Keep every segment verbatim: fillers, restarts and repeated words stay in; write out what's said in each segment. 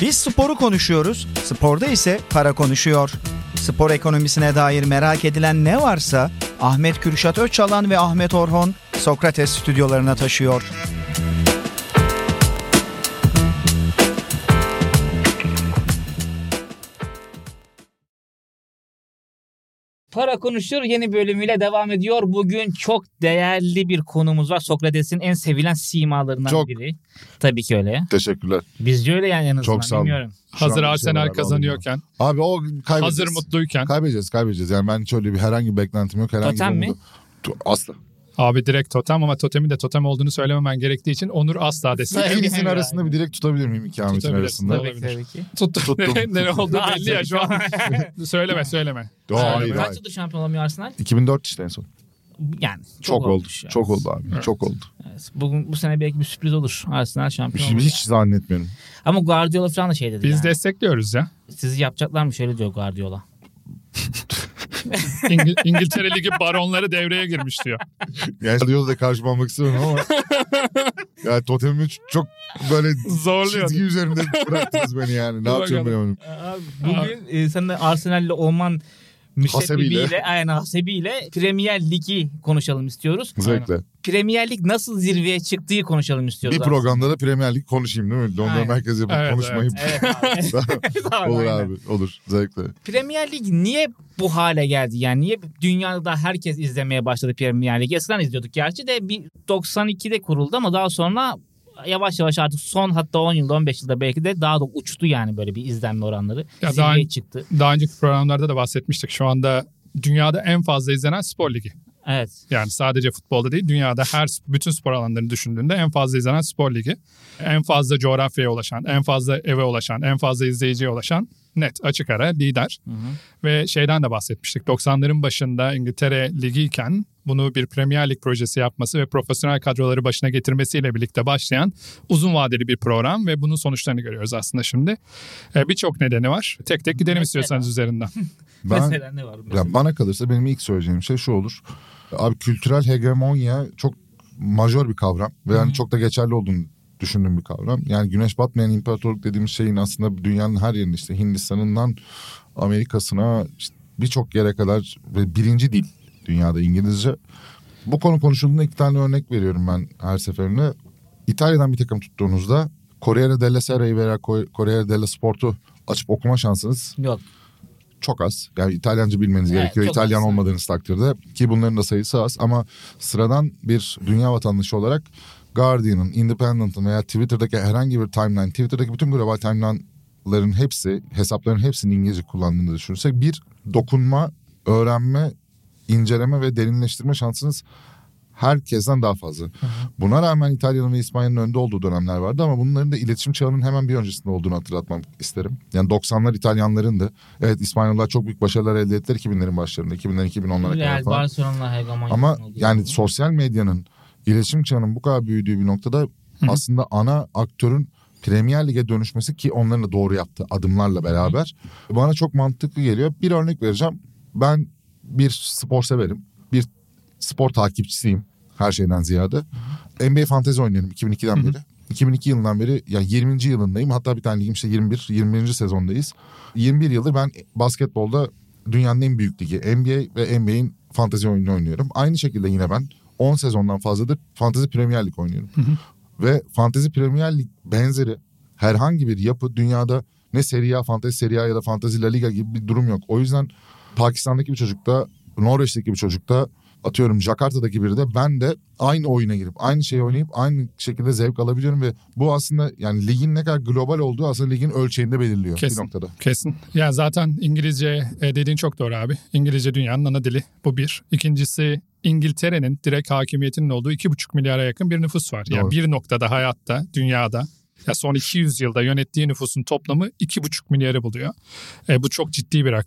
Biz sporu konuşuyoruz, sporda ise para konuşuyor. Spor ekonomisine dair merak edilen ne varsa Ahmet Kürşat Öçalan ve Ahmet Orhon Sokrates stüdyolarına taşıyor. Para Konuşur yeni bölümüyle devam ediyor. Bugün çok değerli bir konumuz var. Sokrates'in en sevilen simalarından çok. biri. Tabii ki öyle. Teşekkürler. Bizce öyle yani en azından. Çok sağ olun. Bilmiyorum. Hazır Arsenal kazanıyorken. Abi o kaybedeceğiz. Hazır mutluyken. Kaybedeceğiz kaybedeceğiz. Yani ben hiç öyle bir herhangi bir beklentim yok. Herhangi Totem bir mi? Asla. Abi direkt totem ama totemin de totem olduğunu söylememen gerektiği için Onur asla desin. İkimizin arasında bir direkt tutabilir miyim iki Ahmet'in arasında? Tabii, tabii ki. Tuttum. ne oldu belli ya şu an. söyleme söyleme. Yo, hayır, Kaç hayır. yıldır şampiyon olamıyor Arsenal? iki bin dört işte en son. Yani çok, çok oldu. Ya. Çok oldu abi. Evet. Çok oldu. Evet. Bugün bu sene belki bir sürpriz olur. Arsenal şampiyon olur. Hiç, hiç zannetmiyorum. Ama Guardiola falan da şey dedi. Biz yani. destekliyoruz ya. Sizi yapacaklar mı şöyle diyor Guardiola. İngil- İngiltere Ligi baronları devreye girmiş diyor. Yani diyoruz da karşıma almak istemiyorum ama yani totemimi çok böyle Zorluyor. çizgi üzerinde bıraktınız beni yani. Ne yapacağım ben onu? Bugün e, sen de Arsenal'le olman müsebbibiyle, Hasebiyle. aynen hasebiyle Premier Ligi konuşalım istiyoruz. Zevkle. Premier Lig nasıl zirveye çıktığı konuşalım istiyoruz. Bir aslında. programda da Premier Lig konuşayım değil mi? Londra Aynen. merkezi yapıp Evet, konuşmayıp. Evet abi. Olur Aynen. abi olur zevkle. Premier Lig niye bu hale geldi? Yani niye dünyada herkes izlemeye başladı Premier Ligi? Eskiden izliyorduk gerçi de bir doksan ikide kuruldu ama daha sonra yavaş yavaş artık son hatta on yılda on beş yılda belki de daha da uçtu yani böyle bir izlenme oranları. Ya Zirveye daha, çıktı. Daha önceki programlarda da bahsetmiştik. Şu anda dünyada en fazla izlenen spor ligi. Evet. Yani sadece futbolda değil, dünyada her bütün spor alanlarını düşündüğünde en fazla izlenen spor ligi. En fazla coğrafyaya ulaşan, en fazla eve ulaşan, en fazla izleyiciye ulaşan net açık ara lider. Hı hı. Ve şeyden de bahsetmiştik. doksanların başında İngiltere Ligi iken bunu bir Premier Lig projesi yapması ve profesyonel kadroları başına getirmesiyle birlikte başlayan uzun vadeli bir program ve bunun sonuçlarını görüyoruz aslında şimdi. Ee, Birçok nedeni var. Tek tek gidelim Mesela? istiyorsanız üzerinden. Ben, Mesela ne var? Mesela? ya bana kalırsa benim ilk söyleyeceğim şey şu olur. Abi kültürel hegemonya çok majör bir kavram ve yani çok da geçerli olduğunu düşündüğüm bir kavram. Yani güneş batmayan imparatorluk dediğimiz şeyin aslında dünyanın her yerinde işte Hindistan'ından Amerika'sına işte birçok yere kadar ve birinci dil dünyada İngilizce. Bu konu konuşulduğunda iki tane örnek veriyorum ben her seferinde. İtalya'dan bir takım tuttuğunuzda Corriere della Sera'yı veya Corriere della Sport'u açıp okuma şansınız Yok. çok az. Yani İtalyanca bilmeniz Evet, gerekiyor. çok İtalyan az. olmadığınız takdirde ki bunların da sayısı az ama sıradan bir dünya vatandaşı olarak Guardian'ın, Independent'ın veya Twitter'daki herhangi bir timeline, Twitter'daki bütün global timeline'ların hepsi, hesapların hepsinin İngilizce kullandığını düşünürsek bir dokunma, öğrenme, inceleme ve derinleştirme şansınız herkesten daha fazla. Hı hı. Buna rağmen İtalya'nın ve İspanya'nın önde olduğu dönemler vardı ama bunların da iletişim çağının hemen bir öncesinde olduğunu hatırlatmak isterim. Yani doksanlar İtalyanların da evet İspanyollar çok büyük başarılar elde ettiler iki binlerin başlarında, iki binler iki bin onlara kadar Real falan. Barcelona hegemonya. Ama yani sosyal medyanın, iletişim çağının bu kadar büyüdüğü bir noktada hı hı. aslında ana aktörün Premier Lig'e dönüşmesi ki onların da doğru yaptığı adımlarla beraber hı hı. bana çok mantıklı geliyor. Bir örnek vereceğim. Ben bir spor severim. Bir spor takipçisiyim her şeyden ziyade. N B A fantezi oynuyorum iki bin ikiden Hı-hı. beri. iki bin iki yılından beri yani yirminci yılındayım. Hatta bir tane ligim işte yirmi bir, yirmi birinci sezondayız. yirmi bir yıldır ben basketbolda dünyanın en büyük ligi N B A ve N B A'in fantezi oyununu oynuyorum. Aynı şekilde yine ben on sezondan fazladır fantezi Premier Lig oynuyorum. Hı-hı. Ve fantezi Premier Lig benzeri herhangi bir yapı dünyada ne Serie A, fantezi Serie A ya da fantezi La Liga gibi bir durum yok. O yüzden Pakistan'daki bir çocukta, Norveç'teki bir çocukta, atıyorum Jakarta'daki biri de ben de aynı oyuna girip aynı şeyi oynayıp aynı şekilde zevk alabiliyorum ve bu aslında yani ligin ne kadar global olduğu aslında ligin ölçeğini de belirliyor kesin, bir noktada. Kesin. Ya zaten İngilizce dediğin çok doğru abi. İngilizce dünyanın ana dili. Bu bir. İkincisi İngiltere'nin direkt hakimiyetinin olduğu iki buçuk milyara yakın bir nüfus var. Doğru. Yani bir noktada hayatta, dünyada ya son iki yüz yılda yönettiği nüfusun toplamı iki buçuk milyarı buluyor. E, bu çok ciddi bir rakam.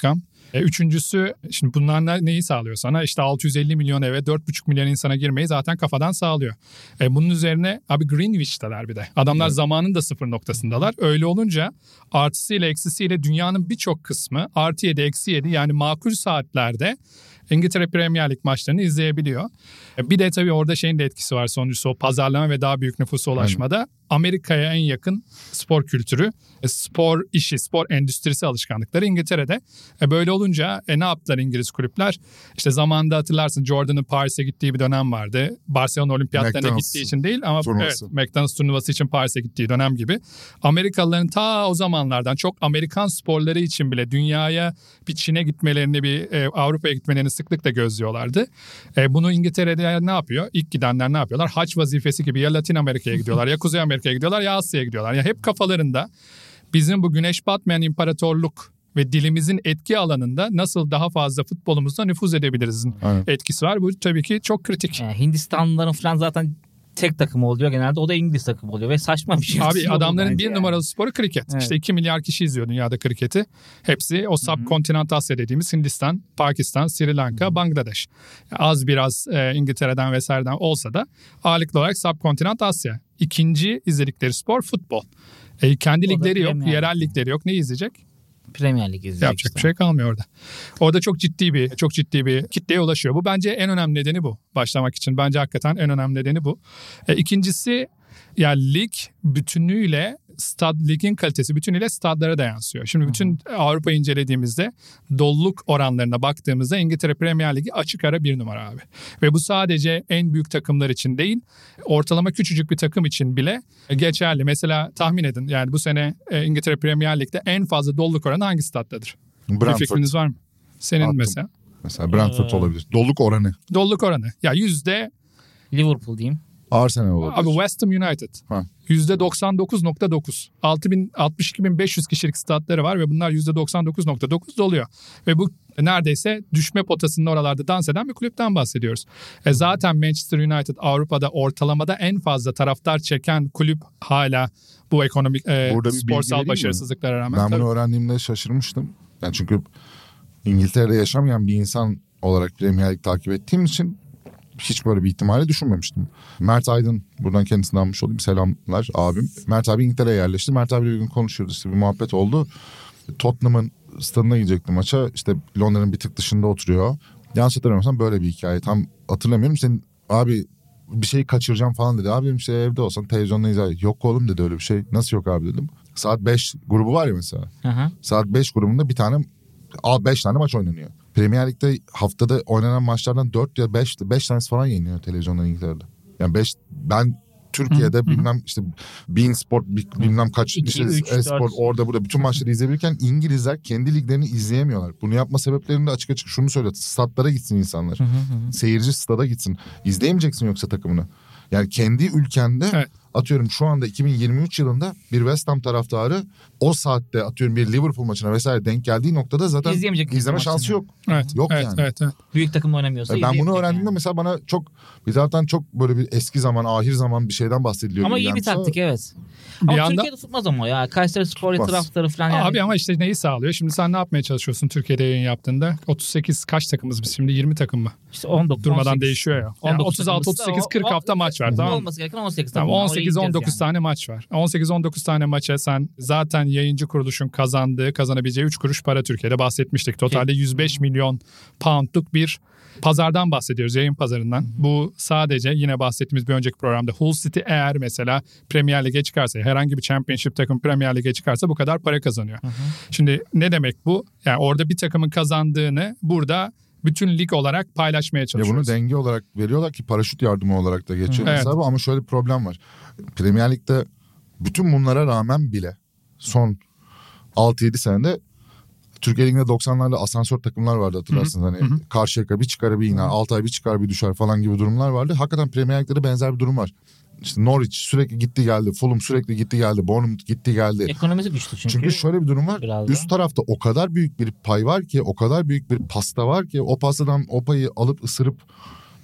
E, üçüncüsü, şimdi bunlar ne- neyi sağlıyor sana? İşte altı yüz elli milyon eve dört buçuk milyon insana girmeyi zaten kafadan sağlıyor. E, bunun üzerine abi Greenwich'teler bir de. Adamlar zamanın da sıfır noktasındalar. Öyle olunca artısıyla eksisiyle dünyanın birçok kısmı artı yedi eksi yedi yani makul saatlerde İngiltere Premier Lig maçlarını izleyebiliyor. E, Bir de tabii orada şeyin de etkisi var, sonuncusu o pazarlama ve daha büyük nüfusa ulaşmada. Aynen. Amerika'ya en yakın spor kültürü, e, spor işi, spor endüstrisi alışkanlıkları İngiltere'de. E, böyle olunca e, ne yaptılar İngiliz kulüpler? İşte zamanında hatırlarsın Jordan'ın Paris'e gittiği bir dönem vardı. Barcelona olimpiyatlarına McDonald's gittiği için değil ama turnuvası. evet, McDonald's turnuvası için Paris'e gittiği dönem gibi. Amerikalıların ta o zamanlardan çok Amerikan sporları için bile dünyaya bir Çin'e gitmelerini, bir e, Avrupa'ya gitmelerini sıklıkla gözlüyorlardı. E, bunu İngiltere'de ne yapıyor? İlk gidenler ne yapıyorlar? Haç vazifesi gibi ya Latin Amerika'ya gidiyorlar ya Kuzey Amerika'ya gidiyorlar ya Asya'ya gidiyorlar. Ya hep kafalarında bizim bu güneş batmayan imparatorluk ve dilimizin etki alanında nasıl daha fazla futbolumuzda nüfuz edebiliriz'in Aynen. etkisi var. Bu tabii ki çok kritik. Yani Hindistanlıların falan zaten tek takımı oluyor genelde. O da İngiliz takımı oluyor ve saçma bir şey. Abi adamların bir yani. numaralı sporu kriket. Evet. İşte iki milyar kişi izliyor dünyada kriketi. Hepsi o subkontinent Asya dediğimiz Hindistan, Pakistan, Sri Lanka, Bangladeş. Az biraz e, İngiltere'den vesaireden olsa da ağırlıklı olarak subkontinent Asya. İkinci izledikleri spor futbol. E, kendi O da ligleri yok, Premier yerel ligleri yok. Ne izleyecek? Premier Lig izleyecek Yapacak işte. bir şey kalmıyor orada. Orada çok ciddi bir çok ciddi bir kitleye ulaşıyor. Bu bence en önemli nedeni bu. Başlamak için bence hakikaten en önemli nedeni bu. E, ikincisi ya lig bütünüyle stad ligin kalitesi bütünüyle stadlara da yansıyor. Şimdi bütün Avrupa incelediğimizde doluluk oranlarına baktığımızda İngiltere Premier Ligi açık ara bir numara abi. Ve bu sadece en büyük takımlar için değil, ortalama küçücük bir takım için bile geçerli. Mesela tahmin edin yani bu sene İngiltere Premier Lig'de en fazla doluluk oranı hangi staddadır? Bir Brentford. fikriniz var mı? Senin Attım. mesela. Mesela Brentford Ee, olabilir. Doluluk oranı. Doluluk oranı. Ya yüzde Liverpool diyeyim. Arsenal olabilir. abi West Ham United. Ha. yüzde doksan dokuz nokta dokuz. altmış iki bin beş yüz kişilik statları var ve bunlar yüzde doksan dokuz nokta dokuz doluyor. Ve bu neredeyse düşme potasının oralarda dans eden bir kulüpten bahsediyoruz. E zaten Manchester United Avrupa'da ortalamada en fazla taraftar çeken kulüp hala bu ekonomik e, Burada bir bilgi sporsal vereyim mi? başarısızlıklara rağmen. Ben Tabii. bunu öğrendiğimde şaşırmıştım. Yani çünkü İngiltere'de yaşamayan bir insan olarak Premier Lig takip ettiğim için hiç böyle bir ihtimali düşünmemiştim. Mert Aydın, buradan kendisine almış olayım, selamlar abim. Mert abi İngiltere'ye yerleşti. Mert abiyle bir gün konuşuyordu, işte bir muhabbet oldu. Tottenham'ın stadına gidecekti maça. İşte Londra'nın bir tık dışında oturuyor. Yanlış hatırlamıyorsam böyle bir hikaye. Tam hatırlamıyorum. Senin abi bir şeyi kaçıracağım falan dedi. Abi dedim işte evde olsan televizyonda izler. Yok oğlum dedi öyle bir şey. Nasıl yok abi dedim. Saat beş grubu var ya mesela. Hı hı. Saat beş grubunda bir tane beş tane maç oynanıyor. Premier Lig'de haftada oynanan maçlardan dört ya beş beş tanesi falan yayınlanıyor televizyonda İngiltere'de. Yani beş ben Türkiye'de Hı, bilmem işte Bein Sport bilmem kaç İki, işte üç, e-spor dört. orada burada bütün maçları izleyebilirken İngilizler kendi liglerini izleyemiyorlar. Bunu yapma sebeplerini de açık açık şunu söyledi. Statlara gitsin insanlar. Hı hı hı. Seyirci stada gitsin. İzleyemeyeceksin yoksa takımını. Yani kendi ülkende Evet. atıyorum şu anda iki bin yirmi üç yılında bir West Ham taraftarı o saatte atıyorum bir Liverpool maçına vesaire denk geldiği noktada zaten İzleyemeyecek izleme maçını. şansı yok. Evet, Yok evet, yani. evet, evet. Büyük takımla oynamıyorsa Ben bunu izleyemeyecek öğrendiğimde yani. mesela bana çok bir zaten çok böyle bir eski zaman, ahir zaman bir şeyden bahsediliyor. Ama gibi iyi bir gelmiş ama taktik evet. Bir Ama anda- Türkiye'de tutmaz ama ya. Kayseri Spor'u Tutmaz. taraftarı falan yani. Abi ama işte neyi sağlıyor? Şimdi sen ne yapmaya çalışıyorsun Türkiye'de yayın yaptığında? otuz sekiz kaç takımız biz şimdi? yirmi takım mı? işte on dokuz, Durmadan on sekiz. değişiyor ya. Yani on dokuz otuz altı, otuz sekiz, takımımızda kırk o- hafta o- maç var, o- tamam mı? Olması gereken on sekiz Tamam, takım. on sekiz on dokuz tane maç var. on sekiz on dokuz tane maça sen zaten yayıncı kuruluşun kazandığı, kazanabileceği üç kuruş para Türkiye'de bahsetmiştik. Totalde yüz beş milyon poundluk bir pazardan bahsediyoruz, yayın pazarından. Bu sadece yine bahsettiğimiz bir önceki programda Hull City eğer mesela Premier Lig'e çıkarsa, herhangi bir Championship takım Premier Lig'e çıkarsa bu kadar para kazanıyor. Hı hı. Şimdi ne demek bu? Yani orada bir takımın kazandığını burada bütün lig olarak paylaşmaya ya bunu çalışıyoruz. denge olarak veriyorlar ki paraşüt yardımı olarak da geçiyor. Evet. Mesela bu ama şöyle bir problem var. Premier Lig'de bütün bunlara rağmen bile son altı yedi senede Türkiye Ligi'nde doksanlarda asansör takımlar vardı hatırlarsınız. Hani Hı hı. Karşıyaka bir çıkar bir iner, altı ay bir çıkar bir düşer falan gibi durumlar vardı. Hakikaten Premier Lig'de de benzer bir durum var. İşte Norwich sürekli gitti geldi, Fulham sürekli gitti geldi, Bournemouth gitti geldi. Ekonomisi güçlü çünkü. Çünkü şöyle bir durum var. Biraz da. Üst tarafta o kadar büyük bir pay var ki, o kadar büyük bir pasta var ki o pastadan o payı alıp ısırıp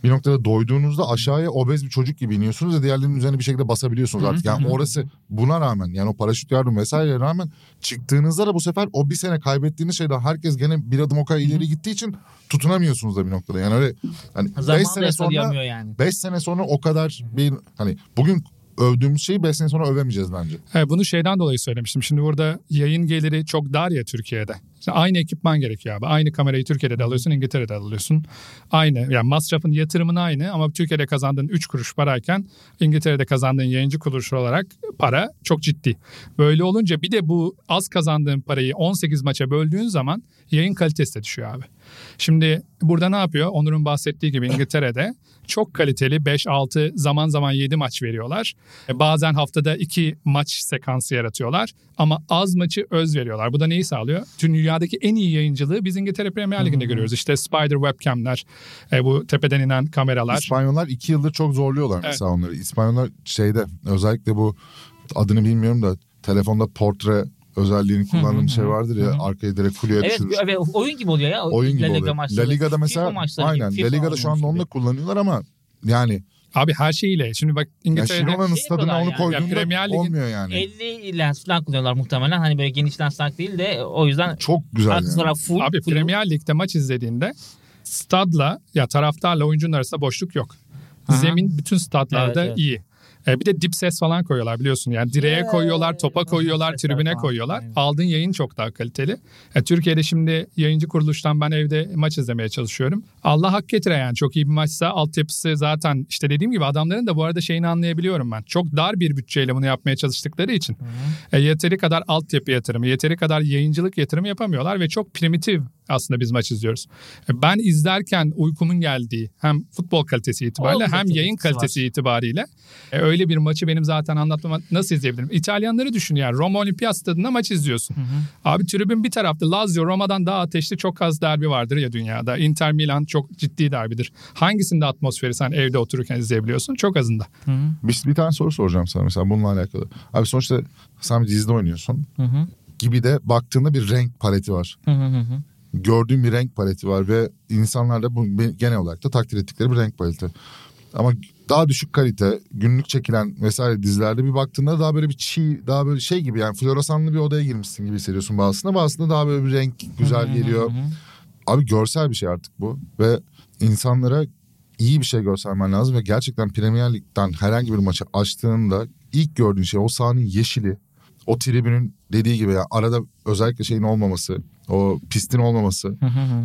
bir noktada doyduğunuzda aşağıya obez bir çocuk gibi iniyorsunuz ve diğerlerinin üzerine bir şekilde basabiliyorsunuz artık. Yani orası buna rağmen, yani o paraşüt yardım vesaireye rağmen çıktığınızda da bu sefer o bir sene kaybettiğiniz şeyden herkes gene bir adım o kadar ileri gittiği için tutunamıyorsunuz da bir noktada. Yani öyle hani beş sene sonra yani. beş sene sonra o kadar bir hani bugün övdüğümüz şeyi beş sene sonra övemeyeceğiz bence. Evet, bunu şeyden dolayı söylemiştim. Şimdi burada yayın geliri çok dar ya Türkiye'de. İşte aynı ekipman gerekiyor abi. Aynı kamerayı Türkiye'de de alıyorsun, İngiltere'de alıyorsun. Aynı, yani masrafın, yatırımın aynı ama Türkiye'de kazandığın üç kuruş parayken İngiltere'de kazandığın yayıncı kuruluşu olarak para çok ciddi. Böyle olunca bir de bu az kazandığın parayı on sekiz maça böldüğün zaman yayın kalitesi de düşüyor abi. Şimdi burada ne yapıyor? Onur'un bahsettiği gibi İngiltere'de çok kaliteli beş altı, zaman zaman yedi maç veriyorlar. Bazen haftada iki maç sekansı yaratıyorlar ama az maçı öz veriyorlar. Bu da neyi sağlıyor? Tüm dünyadaki en iyi yayıncılığı biz İngiltere Premier Ligi'nde görüyoruz. İşte Spider webcamler, bu tepeden inen kameralar. İspanyollar iki yıldır çok zorluyorlar mesela evet. onları. İspanyollar şeyde özellikle bu adını bilmiyorum da telefonda portre özelliğini kullandığım şey vardır ya, arkayı direkt full'e evet, düşürür. Evet, oyun gibi oluyor ya. Oyun gibi La Liga oluyor. maçları, La Liga'da mesela aynen. La Liga'da şu anda onu da kullanıyorlar ama yani abi her şeyiyle. Şimdi bak İngiltere'de ya Şirona'nın stadına onu yani. koyduğunda ya olmuyor yani. elli lens falan kullanıyorlar muhtemelen. Hani böyle geniş lens değil de o yüzden çok güzel yani. Full, abi full. Premier Lig'de maç izlediğinde stadla ya taraftarla oyuncunun arasında boşluk yok. Aha. Zemin bütün stadlarda evet, evet. iyi. E bir de dip ses falan koyuyorlar biliyorsun. Yani direğe yeah. koyuyorlar, topa koyuyorlar, tribüne falan koyuyorlar. Aynen. Aldığın yayın çok daha kaliteli. E, Türkiye'de şimdi yayıncı kuruluştan ben evde maç izlemeye çalışıyorum. Allah hak getire yani. Çok iyi bir maçsa altyapısı zaten işte dediğim gibi adamların da bu arada şeyini anlayabiliyorum ben. Çok dar bir bütçeyle bunu yapmaya çalıştıkları için. E, yeteri kadar altyapı yatırımı, yeteri kadar yayıncılık yatırımı yapamıyorlar ve çok primitif aslında biz maç izliyoruz. E, ben izlerken uykumun geldiği hem futbol kalitesi itibariyle hem yayın kalitesi var. itibariyle e, öyle bir maçı benim zaten anlatmama nasıl izleyebilirim? İtalyanları düşün yani. Roma Olimpiyat Stadı'nda maç izliyorsun. Hı hı. Abi tribün bir tarafta Lazio Roma'dan daha ateşli çok az derbi vardır ya dünyada. Inter Milan çok ciddi derbidir. Hangisinde atmosferi sen evde otururken izleyebiliyorsun? Çok azında. Hı hı. Bir, bir tane soru soracağım sana mesela bununla alakalı. Abi sonuçta sen bir dizide oynuyorsun. Hı hı. Gibi de baktığında bir renk paleti var. Hı hı hı. Gördüğüm bir renk paleti var ve insanlar da bu genel olarak da takdir ettikleri bir renk paleti. Ama daha düşük kalite, günlük çekilen vesaire dizilerde bir baktığında daha böyle bir çiğ, daha böyle şey gibi yani floresanlı bir odaya girmişsin gibi hissediyorsun bazısında. Bazısında daha böyle bir renk güzel geliyor. Abi görsel bir şey artık bu ve insanlara iyi bir şey göstermen lazım ve gerçekten Premier Lig'den herhangi bir maçı açtığında ilk gördüğün şey o sahanın yeşili, o tribünün dediği gibi ya arada özellikle şeyin olmaması, o pistin olmaması,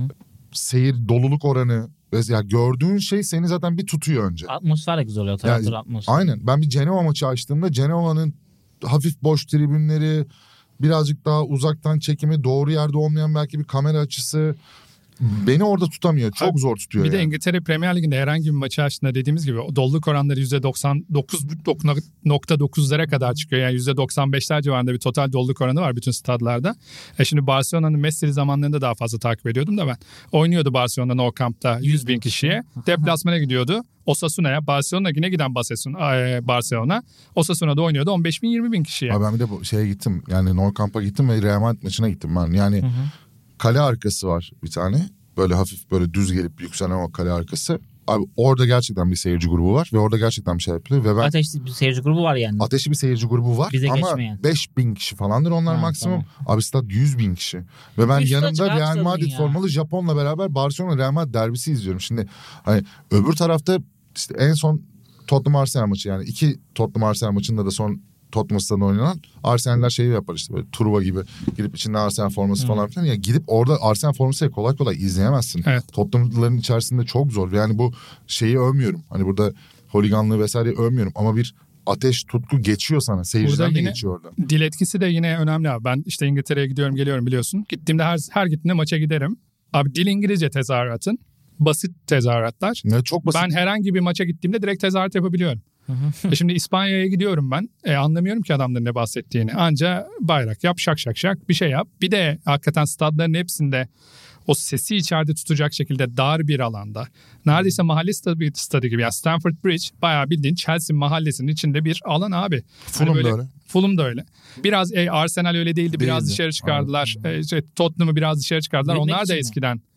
seyir doluluk oranı. Ya gördüğün şey seni zaten bir tutuyor önce. Atmosfer de güzel oluyor. Taraftar yani, atmosfer. Aynen. Ben bir Cenova maçı açtığımda Cenova'nın hafif boş tribünleri, birazcık daha uzaktan çekimi, doğru yerde olmayan belki bir kamera açısı beni orada tutamıyor. Çok Abi, zor tutuyor. Bir yani. de İngiltere Premier Ligi'nde herhangi bir maçı açtığında dediğimiz gibi o doluluk oranları yüzde doksan dokuz nokta dokuzlara kadar çıkıyor. Yani yüzde doksan beşler civarında bir total doluluk oranı var bütün stadlarda. E şimdi Barcelona'nın Messi'li zamanlarında daha fazla takip ediyordum da ben. Oynuyordu Barcelona Nou Camp'ta yüz bin kişiye. Deplasmana gidiyordu. Osasuna'ya, Barcelona yine giden Barcelona. Osasuna'da oynuyordu on beş bin yirmi bin kişiye. Abi ben bir de bu şeye gittim. Yani Nou Camp'a gittim ve Real Madrid maçına gittim ben. Yani hı hı. Kale arkası var bir tane. Böyle hafif böyle düz gelip yükselen o kale arkası. Abi orada gerçekten bir seyirci grubu var ve orada gerçekten bir şey yapılıyor. Ve ben, ateşli bir seyirci grubu var yani. Ateşli bir seyirci grubu var Bize ama geçmeyen. beş bin kişi falandır onlar ha, maksimum. Tamam. Abi stat yüz bin kişi. Ve ben Üst yanımda Real Madrid ya. formalı Japon'la beraber Barcelona Real Madrid derbisi izliyorum. Şimdi hani öbür tarafta işte en son Tottenham Arsenal maçı yani iki Tottenham Arsenal maçında da son Tottenham stadında oynanan Arsenal'ler şeyi yapar işte böyle turba gibi girip içinde Arsenal forması hmm. falan filan. Ya gidip orada Arsenal formasıyla kolay kolay izleyemezsin. Evet. Tottenham'ların içerisinde çok zor. Yani bu şeyi övmüyorum. Hani burada holiganlığı vesaire övmüyorum ama bir ateş tutku geçiyor sana. Seyirciden de geçiyor orada. Dil etkisi de yine önemli abi. Ben işte İngiltere'ye gidiyorum geliyorum biliyorsun. Gittiğimde her, her gittiğimde maça giderim. Abi dil İngilizce tezahüratın. Basit tezahüratlar. Ne, çok basit. Ben herhangi bir maça gittiğimde direkt tezahürat yapabiliyorum. e şimdi İspanya'ya gidiyorum ben. E anlamıyorum ki adamların ne bahsettiğini. Anca bayrak yap, şak şak şak bir şey yap. Bir de hakikaten stadların hepsinde o sesi içeride tutacak şekilde dar bir alanda. Neredeyse mahalle stadı, stadı gibi. Yani Stamford Bridge bayağı bildiğin Chelsea mahallesinin içinde bir alan abi. Fulham hani da öyle. Fulham da öyle. Biraz e, Arsenal öyle değildi. Biraz değildi. Dışarı çıkardılar. E, işte, Tottenham'ı biraz dışarı çıkardılar. Bilmek Onlar da eskiden mi?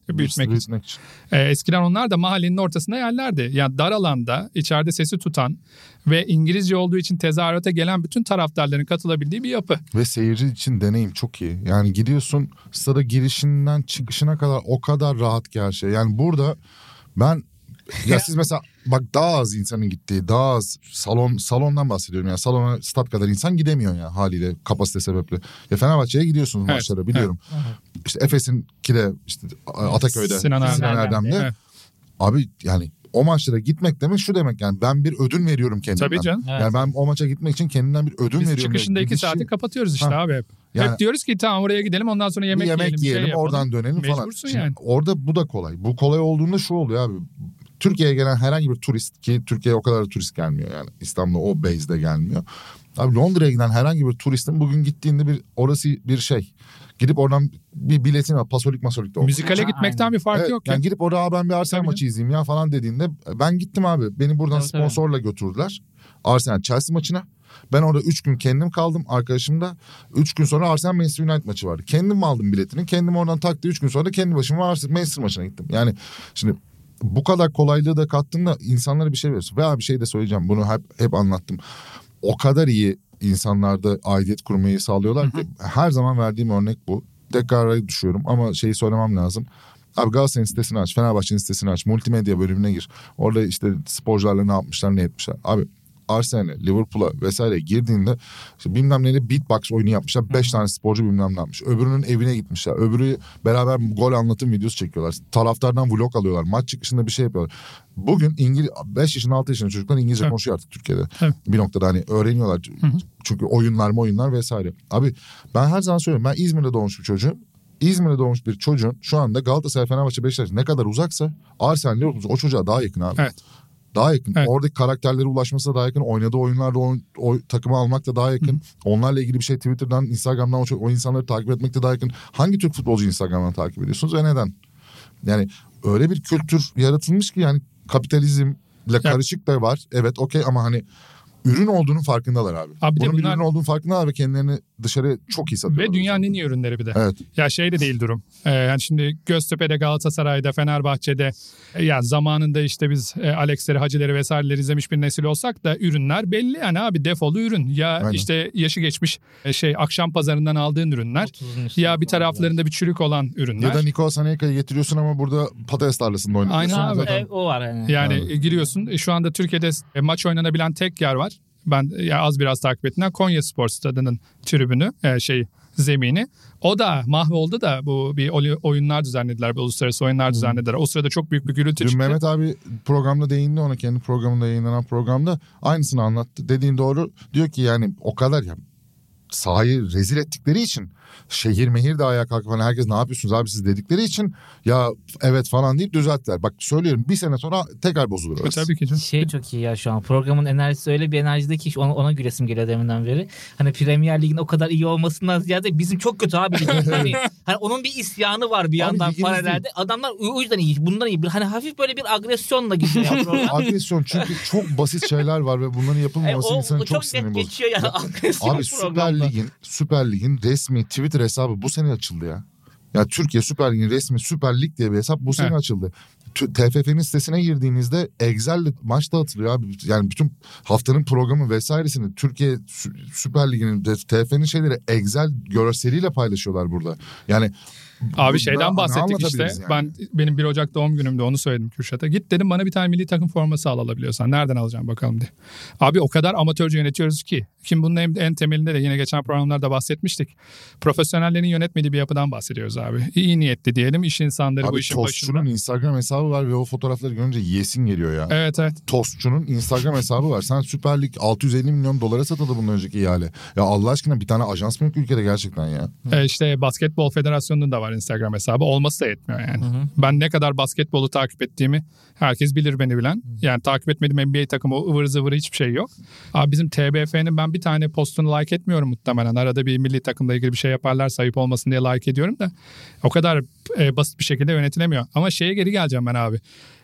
büyütmek için. için. Ee, eskiden onlar da mahallenin ortasında yerlerdi. Yani dar alanda içeride sesi tutan ve İngilizce olduğu için tezahürata gelen bütün taraftarların katılabildiği bir yapı. Ve seyirci için deneyim çok iyi. Yani gidiyorsun stada girişinden çıkışına kadar o kadar rahat ki her şey. Yani burada ben ya siz mesela bak daha az insanın gittiği, daha az salon salondan bahsediyorum. Yani salona stat kadar insan gidemiyor ya haliyle kapasite sebeple. Ya Fenerbahçe'ye gidiyorsunuz evet, maçlara biliyorum. Evet. İşte Efes'inki de işte Ataköy'de, Sinan Erdem'de. Sinan Erdem'de. Evet. Abi yani o maçlara gitmek demek şu demek yani ben bir ödül veriyorum kendimden. Tabii canım. Yani evet. Ben o maça gitmek için kendimden bir ödül Biz veriyorum. çıkışında iki saati kapatıyoruz işte ha. abi hep. Yani, hep diyoruz ki tamam oraya gidelim ondan sonra yemek, yemek yiyelim. yiyelim şey oradan dönelim falan. Mecbursun Şimdi yani. orada bu da kolay. Bu kolay olduğunda şu oluyor abi. Türkiye'ye gelen herhangi bir turist ki Türkiye'ye o kadar da turist gelmiyor yani. İstanbul'a o base'de gelmiyor. Abi Londra'ya giden herhangi bir turistin bugün gittiğinde bir orası bir şey. Gidip oradan bir biletini al. Pasolik masolik de olmuş. Müzikale gitmekten Aynen. bir farkı Evet, yok yani ya. gidip orada ben bir Arsenal Tabii maçı canım. izleyeyim ya falan dediğinde ben gittim abi. Beni buradan Tabii, sponsorla götürdüler. Arsenal Chelsea maçına. Ben orada üç gün kendim kaldım arkadaşımda. üç gün sonra Arsenal Manchester United maçı vardı. Kendim aldım biletini. Kendim oradan taktı üç gün sonra da kendi başıma Arsenal Manchester maçına gittim. Yani şimdi bu kadar kolaylığı da kattığında insanlara bir şey veriyorsun. Veya bir şey de söyleyeceğim. Bunu hep hep anlattım. O kadar iyi insanlarda aidiyet kurmayı sağlıyorlar ki her zaman verdiğim örnek bu. Tekrara düşüyorum ama şeyi söylemem lazım. Abi Galatasaray'ın sitesini aç, Fenerbahçe'nin sitesini aç, multimedya bölümüne gir. Orada işte sporcularla ne yapmışlar, ne etmişler. Abi Arsenal'e, Liverpool'a vesaire girdiğinde işte bilmem neyle beatbox oyunu yapmışlar. Beş tane sporcu bilmem ne yapmış. Öbürünün evine gitmişler. Öbürü beraber gol anlatım videosu çekiyorlar. Taraftardan vlog alıyorlar. Maç çıkışında bir şey yapıyorlar. Bugün İngiliz beş yaşında altı yaşında çocuklar İngilizce evet. konuşuyor artık Türkiye'de. Evet. Bir noktada hani öğreniyorlar. Hı hı. Çünkü oyunlar mı oyunlar vesaire. Abi ben her zaman söylüyorum. Ben İzmir'de doğmuş bir çocuğum. İzmir'de doğmuş bir çocuğun şu anda Galatasaray, Fenerbahçe, Beşiktaş ne kadar uzaksa Arsenal, Liverpool o çocuğa daha yakın abi. Evet. Daha yakın. Evet. Oradaki karakterlere ulaşması da daha yakın. Oynadığı oyunlarda o, o takımı almak da daha yakın. Hı. Onlarla ilgili bir şey Twitter'dan, Instagram'dan o, o insanları takip etmek de daha yakın. Hangi Türk futbolcu Instagram'dan takip ediyorsunuz ve neden? Yani öyle bir kültür yaratılmış ki yani kapitalizmle evet. karışık da var. Evet okey ama hani ürün olduğunun farkındalar abi. abi Bunun bir bunlar... ürün olduğunun farkındalar ve kendilerini dışarı çok iyi satıyorlar. Ve dünyanın en iyi ürünleri bir de. Evet. Ya şey de değil durum. Ee, yani şimdi Göztepe'de, Galatasaray'da, Fenerbahçe'de e, yani zamanında işte biz e, Alex'leri, Hacı'leri vesaireleri izlemiş bir nesil olsak da ürünler belli yani abi defolu ürün. Ya aynen. işte yaşı geçmiş e, şey akşam pazarından aldığın ürünler ya bir taraflarında bir çürük olan ürünler. Ya da Nikola Saneka'yı getiriyorsun ama burada patates tarlasında oynuyorsun. Aynen abi. Zaten... E, o var yani. Yani evet. giriyorsun e, şu anda Türkiye'de e, maç oynanabilen tek yer var. Ben ya az biraz takip ettiğimden Konya Spor Stadı'nın tribünü e, şey zemini. O da mahvoldu da bu bir oyunlar düzenlediler. Bir uluslararası oyunlar düzenlediler. O sırada çok büyük bir gürültü Dün çıktı. Mehmet abi programda değindi ona kendi programında yayınlanan programda aynısını anlattı. Dediğin doğru diyor ki yani o kadar ya sahayı rezil ettikleri için şehir mehir de ayağa kalkıp hani herkes ne yapıyorsunuz abi siz dedikleri için ya evet falan deyip düzelttiler. Bak söylüyorum bir sene sonra tekrar bozulur orası. Tabii ki canım. Şey çok iyi ya şu an programın enerjisi öyle bir enerjide ki ona, ona gülesim geliyor deminden beri. Hani Premier Lig'in o kadar iyi olmasından ziyade bizim çok kötü abi. hani, hani onun bir isyanı var bir yandan paralelde. Adamlar o yüzden iyi bundan iyi. Hani hafif böyle bir agresyonla gidiyor ya program. Agresyon çünkü çok basit şeyler var ve bunların yapılmaması e, insanın çok, çok sinirini bozuyor. Geçiyor yani agresyon abi Süper Lig'in Süper Lig'in resmi Twitter hesabı bu sene açıldı ya. Ya Türkiye Süper Lig'in resmi Süper Lig diye bir hesap bu sene evet. açıldı. T F F'nin sitesine girdiğinizde Excel'le maç dağıtılıyor abi. Yani bütün haftanın programı vesairesini Türkiye Süper Ligi'nin T F F'nin şeyleri Excel görseliyle paylaşıyorlar burada. Yani abi şeyden bahsettik işte. Yani. Ben benim bir Ocak doğum günümde onu söyledim Kürşat'a. Git dedim bana bir tane milli takım forması al alabiliyorsan. Nereden alacağım bakalım diye. Abi o kadar amatörce yönetiyoruz ki. Kim bunun en, en temelinde de yine geçen programlarda bahsetmiştik. Profesyonellerin yönetmediği bir yapıdan bahsediyoruz abi. İyi niyetli diyelim. İş insanları abi, bu işin başında. Abi Tostçu'nun Instagram hesabı var ve o fotoğrafları görünce yesin geliyor ya. Evet evet. Tostçu'nun Instagram hesabı var. Sen Süper Lig altı yüz elli milyon dolara satıldı bundan önceki ihale. Ya Allah aşkına bir tane ajans mı yok ülkede gerçekten ya? E işte Basketbol Federasyonu'nun da var Instagram hesabı. Olması da yetmiyor yani. Hı hı. Ben ne kadar basketbolu takip ettiğimi herkes bilir beni bilen. Hı. Yani takip etmediğim N B A takımı o ıvır zıvır hiçbir şey yok. Abi bizim T B F'nin ben bir tane postunu like etmiyorum muhtemelen. Arada bir milli takımla ilgili bir şey yaparlarsa ayıp olmasın diye like ediyorum da o kadar e, basit bir şekilde yönetilemiyor. Ama şeye geri geleceğim ben abi.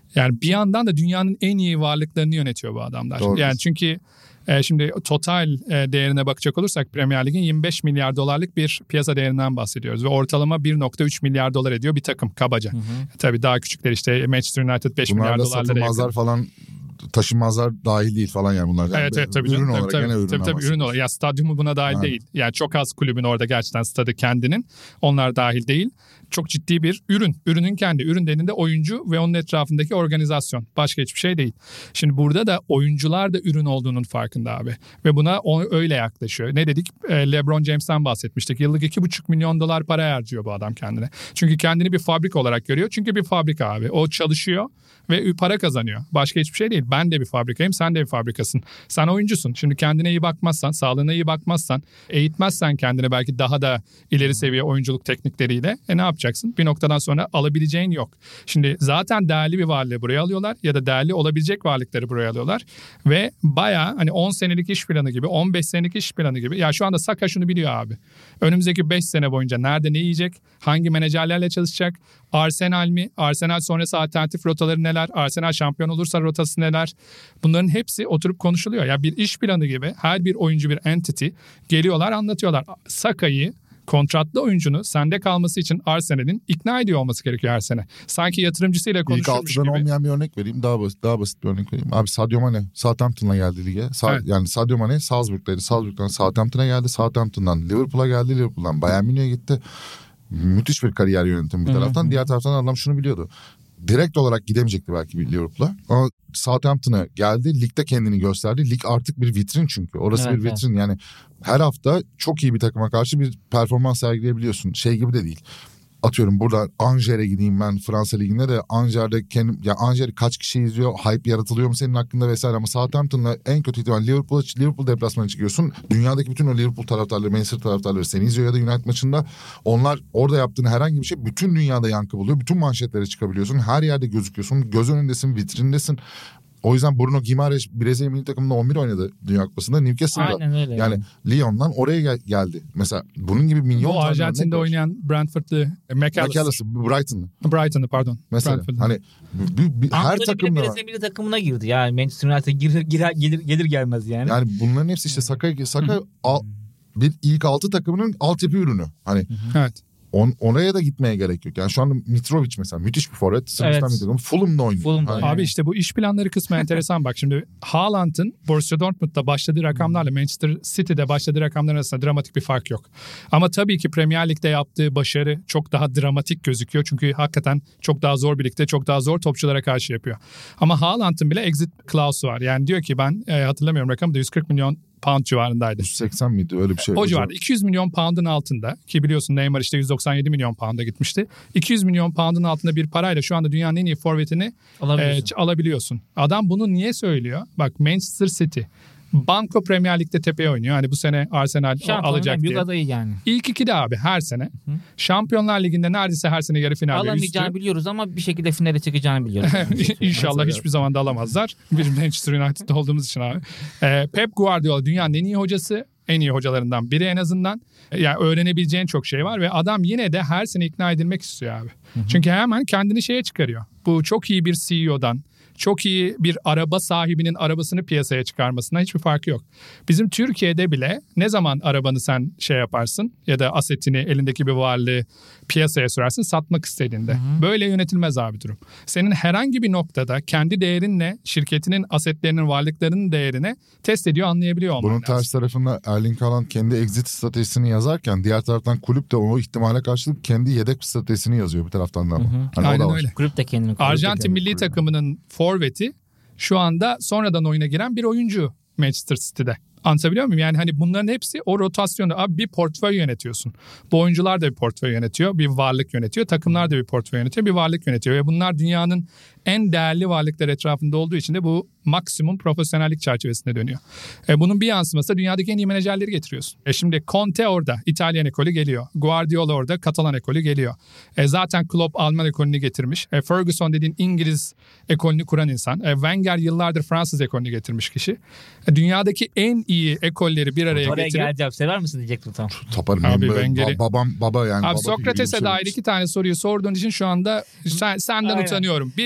Yani bir yandan da dünyanın en iyi varlıklarını yönetiyor bu adamlar. Doğru. Yani çünkü e, şimdi total e, değerine bakacak olursak Premier Lig'in yirmi beş milyar dolarlık bir piyasa değerinden bahsediyoruz. Ve ortalama bir nokta üç milyar dolar ediyor bir takım kabaca. Hı hı. Tabii daha küçükler işte Manchester United beş milyar dolarlara yakın. Bunlar da satılmazlar falan, taşınmazlar dahil değil falan yani bunlar. Yani evet evet tabii ürün canım. olarak tabii, gene tabii, ürün tabii, tabii, ürün olarak. Ya stadyumu buna dahil Aynen. değil. Yani çok az kulübün orada gerçekten stadı kendinin. Onlar dahil değil. Çok ciddi bir ürün. Ürünün kendi. Ürün dediğinde oyuncu ve onun etrafındaki organizasyon. Başka hiçbir şey değil. Şimdi burada da oyuncular da ürün olduğunun farkında abi. Ve buna o, öyle yaklaşıyor. Ne dedik? E, LeBron James'ten bahsetmiştik. Yıllık iki buçuk milyon dolar para harcıyor bu adam kendine. Çünkü kendini bir fabrika olarak görüyor. Çünkü bir fabrika abi. O çalışıyor ve para kazanıyor. Başka hiçbir şey değil. Ben de bir fabrikayım, sen de bir fabrikasın. Sen oyuncusun. Şimdi kendine iyi bakmazsan, sağlığına iyi bakmazsan, eğitmezsen kendini belki daha da ileri seviye oyunculuk teknikleriyle e ne yapacaksın? Bir noktadan sonra alabileceğin yok. Şimdi zaten değerli bir varlığı buraya alıyorlar ya da değerli olabilecek varlıkları buraya alıyorlar ve bayağı hani on senelik iş planı gibi, on beş senelik iş planı gibi. Ya şu anda Saka şunu biliyor abi. Önümüzdeki beş sene boyunca nerede ne yiyecek? Hangi menajerlerle çalışacak? Arsenal mi? Arsenal sonrası alternatif rotaları neler? Arsenal şampiyon olursa rotası neler? Bunların hepsi oturup konuşuluyor. Ya bir iş planı gibi her bir oyuncu bir entity geliyorlar anlatıyorlar. Saka'yı kontratlı oyuncunu sende kalması için Arsenal'in ikna ediyor olması gerekiyor her sene. Sanki yatırımcısıyla konuşuyormuş gibi. İlk gibi. olmayan bir örnek vereyim. Daha basit, daha basit bir örnek vereyim. Abi Sadio Mane Southampton'la geldi lige. Sa- evet. Yani Sadio Mane Salzburg'daydı. Salzburg'dan Southampton'a geldi. Southampton'dan Liverpool'a geldi. Liverpool'dan Bayern Münih'e gitti. Müthiş bir kariyer yönetimi bir taraftan. Hı hı. Diğer taraftan adam şunu biliyordu. Direkt olarak gidemeyecekti belki bir Liverpool'a. Ama Southampton'a geldi. Ligde kendini gösterdi. Lig artık bir vitrin çünkü. Orası evet, bir vitrin. Evet. Yani her hafta çok iyi bir takıma karşı bir performans sergileyebiliyorsun. Şey gibi de değil. Atıyorum burada Angers gideyim ben Fransa Ligi'nde de Angers'de kendim ya Angers kaç kişi izliyor, hype yaratılıyor mu senin hakkında vesaire, ama Southampton'la en kötü ihtimal Liverpool Liverpool deplasmanına çıkıyorsun. Dünyadaki bütün o Liverpool taraftarları, Manchester taraftarları seni izliyor ya da United maçında onlar orada yaptığın herhangi bir şey bütün dünyada yankı buluyor. Bütün manşetlere çıkabiliyorsun. Her yerde gözüküyorsun. Göz önündesin, vitrindesin. O yüzden Bruno Guimaraes Brezilya milli takımında on bir oynadı Dünya Kupası'nda. Newcastle'da yani, yani Lyon'dan oraya gel- geldi. Mesela bunun gibi milyon tane. O Arjantin'de oynayan Brentford'lı McAllister. Brighton'lı. Brighton'lı pardon. Mesela hani b- b- her takımda Brezilya milli takımına girdi ya. Manchester United girer, girer, gelir, gelir gelmez yani. Yani bunların hepsi işte Saka, Saka al, bir ilk altı takımının altyapı ürünü. Hani evet. On, oraya da gitmeye gerek yok. Yani şu anda Mitrovic mesela müthiş bir forvet. Sırbistan milli takımı Fulham'da oynuyor. Fulham'da hani. Abi işte bu iş planları kısmı enteresan bak. Şimdi Haaland'ın Borussia Dortmund'da başladığı rakamlarla Manchester City'de başladığı rakamlar arasında dramatik bir fark yok. Ama tabii ki Premier Lig'de yaptığı başarı çok daha dramatik gözüküyor. Çünkü hakikaten çok daha zor bir ligde, çok daha zor topçulara karşı yapıyor. Ama Haaland'ın bile exit clause var. Yani diyor ki ben e, hatırlamıyorum rakamı da yüz kırk milyon pound civarındaydı. yüz seksen miydi öyle bir şey? O civarda iki yüz milyon pound'un altında ki biliyorsun Neymar işte yüz doksan yedi milyon pound'a gitmişti. iki yüz milyon pound'un altında bir parayla şu anda dünyanın en iyi forvetini alabiliyorsun. E, alabiliyorsun. Adam bunu niye söylüyor? Bak Manchester City Banco Premier Lig'de tepeye oynuyor. Hani bu sene Arsenal Şampiyonlar alacak diye. Büyük adayı yani. İlk iki de abi her sene. Hı. Şampiyonlar Ligi'nde neredeyse her sene yarı finalde üstü. Alamayacağını biliyoruz ama bir şekilde finale çıkacağını biliyoruz. İnşallah hiçbir zaman da alamazlar. Bir Manchester United'da olduğumuz için abi. Ee, Pep Guardiola dünyanın en iyi hocası. En iyi hocalarından biri en azından. Yani öğrenebileceğin çok şey var ve adam yine de her sene ikna edilmek istiyor abi. Hı hı. Çünkü hemen kendini şeye çıkarıyor. Bu çok iyi bir C E O'dan, çok iyi bir araba sahibinin arabasını piyasaya çıkarmasına hiçbir farkı yok. Bizim Türkiye'de bile ne zaman arabanı sen şey yaparsın ya da asetini, elindeki bir varlığı piyasaya sürersin satmak istediğinde. Hı hı. Böyle yönetilmez abi durum. Senin herhangi bir noktada kendi değerinle şirketinin asetlerinin, varlıklarının değerini test ediyor, anlayabiliyor olman Bunun lazım. ters tarafında Erling Haaland kendi exit stratejisini yazarken diğer taraftan kulüp de o ihtimale karşılık kendi yedek stratejisini yazıyor bir taraftan da ama. Hı hı. Hani aynen öyle. Kulüp de kendini kulüp Arjantin kendini milli kuruyor. takımının forveti şu anda sonradan oyuna giren bir oyuncu Manchester City'de. Anlatabiliyor muyum? Yani hani bunların hepsi o rotasyonu. Abi bir portföy yönetiyorsun. Bu oyuncular da bir portföy yönetiyor. Bir varlık yönetiyor. Takımlar da bir portföy yönetiyor. Bir varlık yönetiyor. Ve bunlar dünyanın en değerli varlıklar etrafında olduğu için de bu maksimum profesyonellik çerçevesinde dönüyor. E bunun bir yansıması da dünyadaki en iyi menajerleri getiriyorsun. E şimdi Conte orada. İtalyan ekolü geliyor. Guardiola orada. Katalan ekolü geliyor. E zaten Klopp Alman ekolünü getirmiş. E Ferguson dediğin İngiliz ekolünü kuran insan. E Wenger yıllardır Fransız ekolünü getirmiş kişi. E dünyadaki en iyi ekolleri bir araya Oraya getirip... geleceğim. Sever misin diyecektim tam. Taparım. Abi Ba- Wenger'i- babam baba yani. Abi baba Sokrates'e figürü dair iki tane soruyu sorduğun için şu anda sen, senden Aynen. utanıyorum. Bir,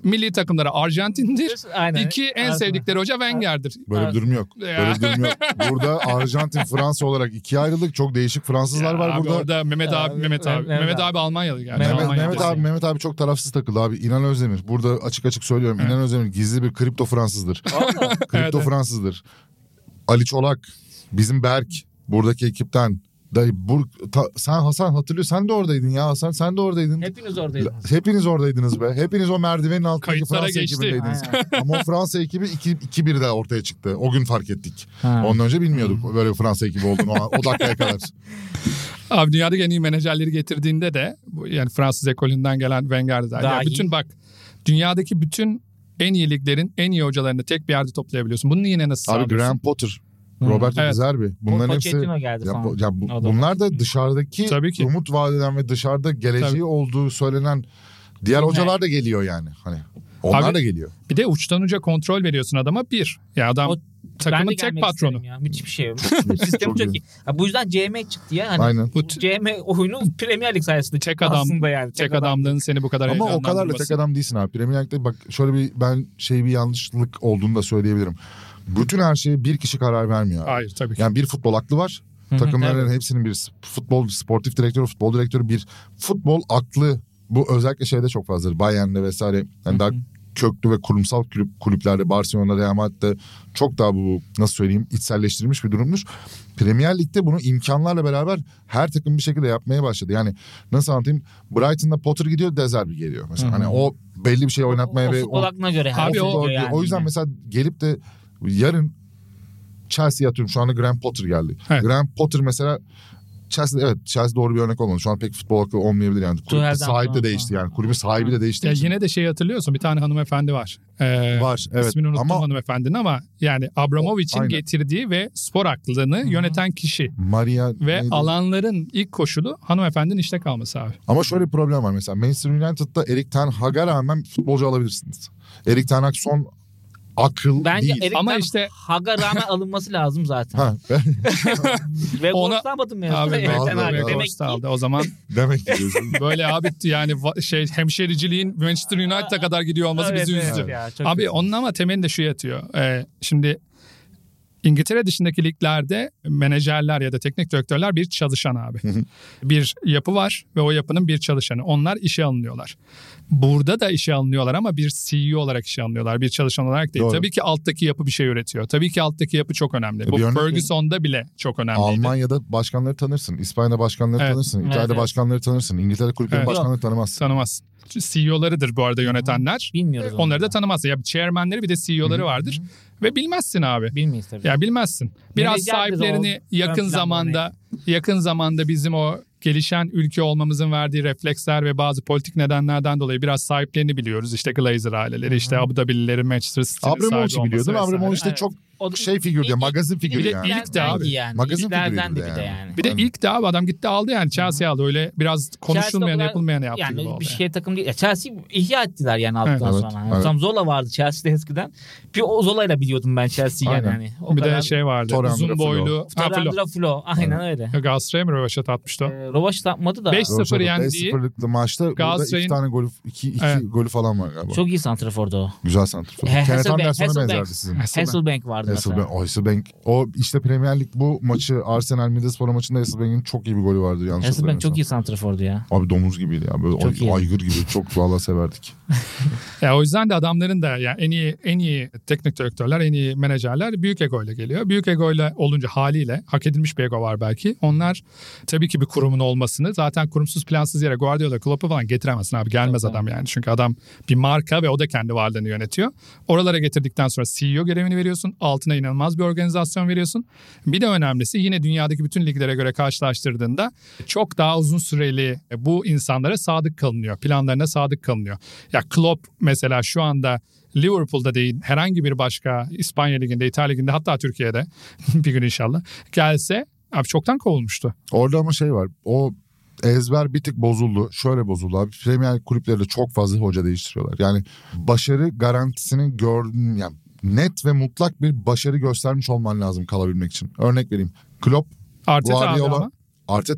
milli takımları Arjantin'dir. Aynen. İki en Arsenal. sevdikleri hoca Wenger'dir. Böyle bir durum yok. Ya. Böyle bir durum yok. Burada Arjantin, Fransa olarak ikiye ayrıldık. Çok değişik Fransızlar Ya var abi burada. Orada Mehmet abi, Abi, Mehmet abi. Mehmet Mehmet abi. abi Almanyalı yani. Mehmet, Almanya Mehmet birisi. abi Mehmet abi çok tarafsız takıldı abi. İnan Özdemir. Burada açık açık söylüyorum. İnan Özdemir gizli bir kripto Fransızdır. kripto Evet. Fransızdır. Ali Çolak, bizim Berk, buradaki ekipten. Dayı, bur, ta- sen Hasan hatırlıyor. Sen de oradaydın ya Hasan. Sen de oradaydın. Hepiniz oradaydınız. Hepiniz oradaydınız be. Hepiniz o merdivenin altındaki Kayıtlara Fransa geçti. ekibindeydiniz. Aynen. Ama o Fransa ekibi iki birde ortaya çıktı. O gün fark ettik. Ha. Ondan önce bilmiyorduk böyle bir Fransa ekibi olduğunu o, o dakikaya kadar. Abi dünyadaki en iyi menajerleri getirdiğinde de bu yani Fransız ekolünden gelen Wenger'de. Daha Yani iyi. bütün bak dünyadaki bütün en iyi liglerin en iyi hocalarını tek bir yerde toplayabiliyorsun. Bunu yine nasıl Abi sağlıyorsun? Graham Potter, Roberto Evet. De Zerbi. Bunların hepsi Pochettino geldi ya, falan. bu- ya bu- O da- bunlar da dışarıdaki Tabii ki. umut vaat eden ve dışarıda geleceği Tabii. olduğu söylenen diğer Evet. hocalar da geliyor yani. Hani onlar Abi- da geliyor. Bir de uçtan uca kontrol veriyorsun adama bir. Ya adam O- takımın Ben de tek gelmek patronu. isterim Ya. Müthiş bir şey. Sistemi Çok çok iyi. iyi. Ha, bu yüzden C M çıktı ya. Hani Aynen. Bu bu C M oyunu Premier Lig sayesinde tek çıktı adam, aslında yani. tek adamlığın seni bu kadar Ama o kadar da heyecanlandırması. tek adam değilsin abi. Premier Lig'de bak şöyle bir ben şey bir yanlışlık olduğunu da söyleyebilirim. Bütün her şeye bir kişi karar vermiyor abi. Hayır tabii ki. Yani bir futbol aklı var. Hı hı, Takımların hepsinin bir futbol sportif direktörü, futbol direktörü, bir futbol aklı. Bu özellikle şeyde çok fazladır. Bayern'de vesaire. Yani daha köklü ve kurumsal kulüp, kulüplerde, Barcelona, Real Madrid'de çok daha bu nasıl söyleyeyim içselleştirilmiş bir durumdur. Premier Lig'de bunu imkanlarla beraber her takım bir şekilde yapmaya başladı. Yani nasıl anlatayım? Brighton'da Potter gidiyor, De Zerbi geliyor mesela. Hı hı. Hani o belli bir şey oynatmaya o, ve o futbol aklına göre. her Abi şey o- oluyor o, yani. o yüzden mesela gelip de yarın Chelsea'ye atıyorum. Şu anda Graham Potter geldi. Evet. Graham Potter mesela Chelsea, evet Chelsea doğru bir örnek olmadı. Şu an pek futbol aklı olmayabilir yani. Kulübün Tuhel'den sahibi de sonra. değişti yani. Kulübün sahibi de değişti. Ya yine de şey hatırlıyorsun bir tane hanımefendi var. Ee, Var evet İsmini unuttum ama hanımefendinin ama yani Abramovich'in Aynen. getirdiği ve spor aklını yöneten kişi. Maria Ve neydi? alanların ilk koşulu hanımefendinin işte kalması abi. Ama şöyle bir problem var mesela. Manchester United'da Erik ten Hag'a rağmen futbolcu alabilirsiniz. Erik ten Hag son akıl Bence değil. Erik'ten Ama işte- Hag'a rağmen alınması lazım zaten. Ha, Ve Ona- Wolfs'tan mezun. Abi Erik'ten aldı, Hag. aldı. Demek Demek ki aldı. O zaman demek ki diyorsun. böyle abi yani va- şey hemşericiliğin Manchester United'a kadar gidiyor olması Evet, bizi evet üzdü. ya, çok Abi kötü. onun ama temelinde şu yatıyor. Ee, şimdi İngiltere dışındaki liglerde menajerler ya da teknik direktörler bir çalışan abi. Bir yapı var ve o yapının bir çalışanı. Onlar işe alınıyorlar. Burada da işe alınıyorlar ama bir C E O olarak işe alınıyorlar. Bir çalışan olarak değil. Doğru. Tabii ki alttaki yapı bir şey üretiyor. Tabii ki alttaki yapı çok önemli. Bu bir örnek Ferguson'da bile çok önemliydi. Almanya'da başkanları tanırsın. İspanya'da başkanları Evet. tanırsın. Evet, İtalya'da evet. başkanları tanırsın. İngiltere kulüplerinin Evet. başkanları tanımazsın. Tanımaz. C E O'larıdır bu arada yönetenler. Bilmiyoruz Onları onları. da tanımazsın. Ya chairmanleri bir de C E O'ları vardır. Ve bilmezsin abi. Bilmeyiz tabii. Ya bilmezsin. Biraz Menajer de sahiplerini o yakın ön planda zamanda yakın zamanda bizim o gelişen ülke olmamızın verdiği refleksler ve bazı politik nedenlerden dolayı biraz sahiplerini biliyoruz. İşte Glazer aileleri, işte Abu Dhabi'lileri, Manchester City'nin sahibi Abramovich'i olması biliyordun. vesaire. Abramovich de Evet. çok O da- şey figür diye, İlk- magazin figürü bir de yani. ilk de abi. Yani. Magazin İlklerden figürüydü de bir de yani. yani. Bir de ilk de abi adam gitti aldı yani Chelsea aldı. Öyle biraz konuşulmayan, Chelsea o kadar- yapılmayan yaptı yani gibi oldu. bir yani. şey takım değil. Ya Chelsea ihya ettiler yani alttan Evet, evet, sonra. Yani evet. Tam Zola vardı Chelsea'de eskiden. Bir o Zola'yla biliyordum ben Chelsea'yi yani. Aynen. Hani. O Bir kadar. de şey vardı. Torreira uzun Flo. boylu. Ha, Flo. Torreira Flo. Aynen öyle. Galatasaray'a mı rövaşat atmıştı o? Ee, Rovaş yapmadı da. Beş sıfır beş yendiği sıfırlıklı maçta burada Galatasaray'ın- iki tane golü, iki, iki Evet. golü falan var galiba. Çok iyi santrafordu o. Güzel santrfor. He- Kenneth Hasselbank, Anderson'a Hasselbank. benzerdi sizin. Hasselbank vardı Hasselbank, mesela. o Hasselbank. O işte Premier Lig bu maçı Arsenal Middlesbrough maçında Hasselbank'in çok iyi bir golü vardı yanlış Hasselbank çok hatırlamıyorsam. iyi santrafordu ya. Abi domuz gibiydi ya. Böyle Çok ay- iyi. aygır gibi. Çok valla severdik. Ya o yüzden de adamların da yani en iyi en iyi teknik direktörler, en iyi menajerler büyük egoyla geliyor. Büyük egoyla olunca haliyle hak edilmiş bir ego var belki. Onlar tabii ki bir kurumun olmasını zaten kurumsuz plansız yere Guardiola, Klopp'u falan getiremezsin abi. Gelmez Tabii. adam yani. Çünkü adam bir marka ve o da kendi varlığını yönetiyor. Oralara getirdikten sonra C E O görevini veriyorsun. Altına inanılmaz bir organizasyon veriyorsun. Bir de önemlisi yine dünyadaki bütün liglere göre karşılaştırdığında çok daha uzun süreli bu insanlara sadık kalınıyor. Planlarına sadık kalınıyor. Ya Klopp mesela şu anda Liverpool'da değil herhangi bir başka İspanya Ligi'nde, İtalya Ligi'nde hatta Türkiye'de bir gün inşallah gelse abi çoktan kovulmuştu. Orada ama şey var. O ezber bir tık bozuldu. Şöyle bozuldu abi. Premier Lig kulüpleri de çok fazla hoca değiştiriyorlar. Yani başarı garantisini gördüm. Yani net ve mutlak bir başarı göstermiş olman lazım kalabilmek için. Örnek vereyim. Klopp, Arteta abi Guardiola, ama. Arteta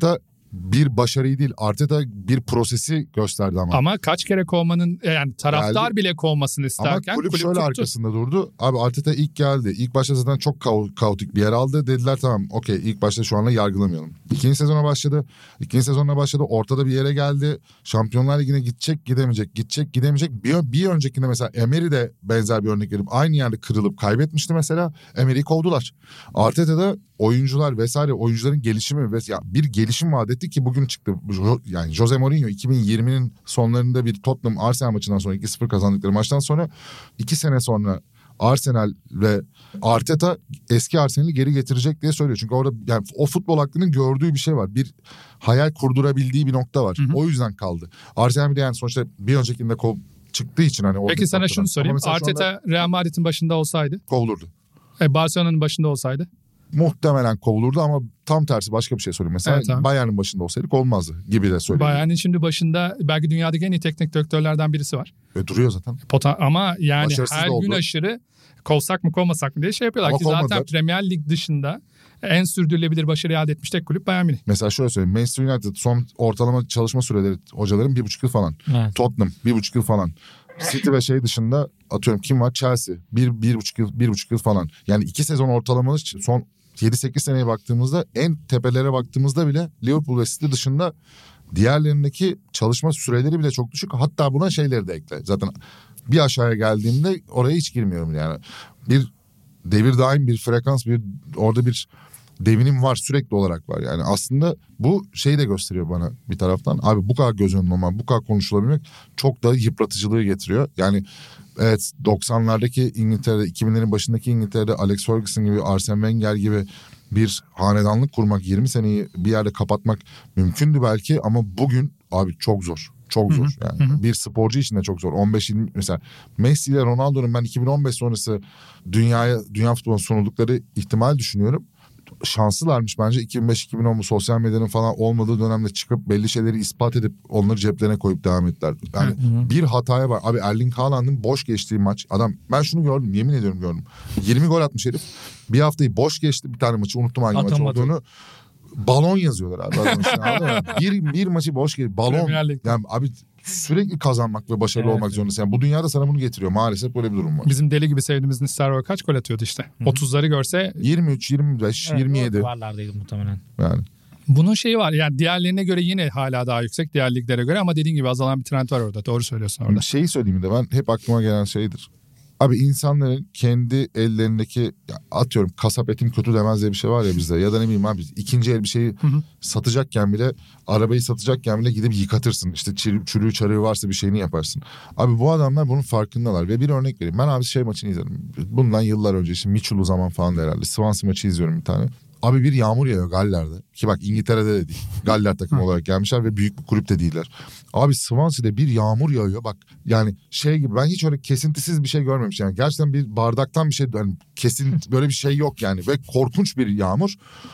bir başarıyı değil, Arteta bir prosesi gösterdi ama. Ama kaç kere kovmanın, yani taraftar Geldi. bile kovmasını isterken Ama kulüp, kulüp şöyle tuttu. arkasında durdu. Abi Arteta ilk geldi. İlk başta zaten çok kao- kaotik bir yer aldı. Dediler tamam okey, ilk başta şu anda yargılamayalım. İkinci sezona başladı. İkinci sezonuna başladı. Ortada bir yere geldi. Şampiyonlar Ligi'ne gidecek gidemeyecek. Gidecek gidemeyecek. Bir, bir öncekinde mesela Emery de benzer bir örnek verip aynı yerde kırılıp kaybetmişti mesela. Emery'i kovdular. Arteta'da oyuncular vesaire, oyuncuların gelişimi ve ya bir gelişim vaat etti ki bugün çıktı. Yani Jose Mourinho iki bin yirminin sonlarında bir Tottenham Arsenal maçından sonra iki sıfır kazandıkları maçtan sonra iki sene sonra Arsenal ve Arteta eski Arsenal'i geri getirecek diye söylüyor. Çünkü orada yani o futbol aklının gördüğü bir şey var. Bir hayal kurdurabildiği bir nokta var. Hı hı. O yüzden kaldı. Arsenal bir de yani sonuçta bir öncekinde kov çıktığı için hani. Peki sana şunu sorayım. Arteta Real Madrid'in başında olsaydı? Kovulurdu. E, Barcelona'nın başında olsaydı? Muhtemelen kovulurdu ama tam tersi başka bir şey söyleyeyim. Mesela evet, Bayern'in başında olsaydık olmazdı gibi de söyleyeyim. Bayern'in şimdi başında belki dünyadaki en iyi teknik direktörlerden birisi var. E, duruyor zaten. Poten- ama yani Başarısız her gün aşırı kovsak mı kovmasak mı diye şey yapıyorlar ama ki kovmadılar. Zaten Premier Lig dışında en sürdürülebilir başarı elde etmiş tek kulüp Bayern Münih. Mesela şöyle söyleyeyim. Manchester United son ortalama çalışma süreleri hocaların bir buçuk yıl falan. Evet. Tottenham bir buçuk yıl falan. City ve şey dışında atıyorum kim var? Chelsea bir, bir buçuk yıl, bir buçuk yıl falan. Yani iki sezon ortalamalı son yedi sekiz seneye baktığımızda, en tepelere baktığımızda bile Liverpool ve City dışında diğerlerindeki çalışma süreleri bile çok düşük. Hatta buna şeyleri de ekle. Zaten bir aşağıya geldiğimde oraya hiç girmiyorum yani. Bir devir daim bir frekans, bir orada bir devinim var, sürekli olarak var. Yani aslında bu şeyi de gösteriyor bana bir taraftan. Abi bu kadar göz önünde olmak, bu kadar konuşulabilmek çok da yıpratıcılığı getiriyor. Yani evet, doksanlardaki İngiltere'de, iki binlerin başındaki İngiltere'de Alex Ferguson gibi, Arsene Wenger gibi bir hanedanlık kurmak, yirmi seneyi bir yerde kapatmak mümkündü belki ama bugün abi çok zor. Çok zor yani. Hı hı. Bir sporcu için de çok zor. on beş yirmi mesela Messi ile Ronaldo'nun ben iki bin on beş sonrası dünyaya, dünya futboluna sunuldukları ihtimal düşünüyorum. Şanslılarmış bence. iki bin beş iki bin on bu sosyal medyanın falan olmadığı dönemde çıkıp belli şeyleri ispat edip onları ceplerine koyup devam ettiler. Yani hı hı. bir hataya var. Abi Erling Haaland'ın boş geçtiği maç. Adam, ben şunu gördüm, yemin ediyorum gördüm. yirmi gol atmış herif. Bir haftayı boş geçti, bir tane maçı unuttum hangi Atamadı. maç olduğunu. Balon yazıyorlar abi. Yani. bir, bir maçı boş geçti. Balon. Yani abi sürekli kazanmak ve başarılı evet, olmak evet. zorundasın. Yani bu dünyada sana bunu getiriyor. Maalesef böyle bir durum var. Bizim deli gibi sevdiğimiz Nistelrooy kaç gol atıyordu işte. Hı-hı. otuzları görse. yirmi üç, yirmi beş, evet, yirmi yedi. Varlardaydı muhtemelen. Yani. Bunun şeyi var yani, diğerlerine göre yine hala daha yüksek, diğer liglere göre, ama dediğin gibi azalan bir trend var orada. Doğru söylüyorsun orada. Şeyi söyleyeyim de, ben hep aklıma gelen şeydir. Abi insanların kendi ellerindeki, atıyorum kasap etim kötü demez diye bir şey var ya bizde. Ya da ne bileyim abi, ikinci el bir şeyi hı hı. satacakken bile, arabayı satacakken bile gidip yıkatırsın. İşte çürüğü çarığı varsa bir şeyini yaparsın. Abi bu adamlar bunun farkındalar ve bir örnek vereyim. Ben abi şey maçını izledim. Bundan yıllar önce, işte Mitchell'u zaman falan da herhalde. Swansea maçı izliyorum bir tane. Abi bir yağmur yağıyor Galler'de. Ki bak İngiltere'de de değil. Galler takımı olarak gelmişler ve büyük bir kulüp de değiller. Abi Swansea'de bir yağmur yağıyor. Bak yani şey gibi, ben hiç öyle kesintisiz bir şey görmemişim. Yani gerçekten bir bardaktan bir şey, yani kesin böyle bir şey yok yani. Ve korkunç bir yağmur.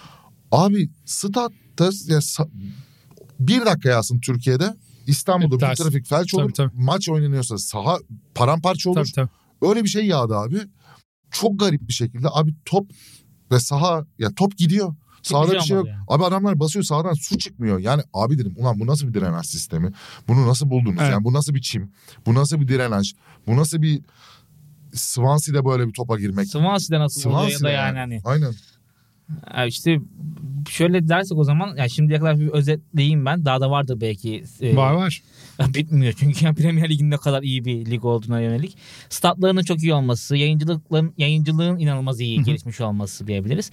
Abi statta ya, bir dakika yağsın Türkiye'de. İstanbul'da bir trafik felç olur. Tabii, tabii. Maç oynanıyorsa saha paramparça olur. Tabii, tabii. Öyle bir şey yağdı abi. Çok garip bir şekilde. Abi top ve saha, ya top gidiyor. Sahada bir şey yok. Yani. Abi adamlar basıyor, sahadan su çıkmıyor. Yani abi dedim, ulan bu nasıl bir drenaj sistemi? Bunu nasıl buldunuz? Evet. Yani bu nasıl bir çim? Bu nasıl bir drenaj? Bu nasıl bir Swansea'de böyle bir topa girmek? Swansea'de nasıl Swansea oluyor ya da yani. yani. Aynen. Yani işte şöyle dersek o zaman, yani şimdiye kadar bir özetleyeyim ben. Daha da vardır belki. E, var var. Bitmiyor çünkü yani Premier Lig'in ne kadar iyi bir lig olduğuna yönelik. Statlarının çok iyi olması, yayıncılıkların yayıncılığın inanılmaz iyi gelişmiş olması diyebiliriz.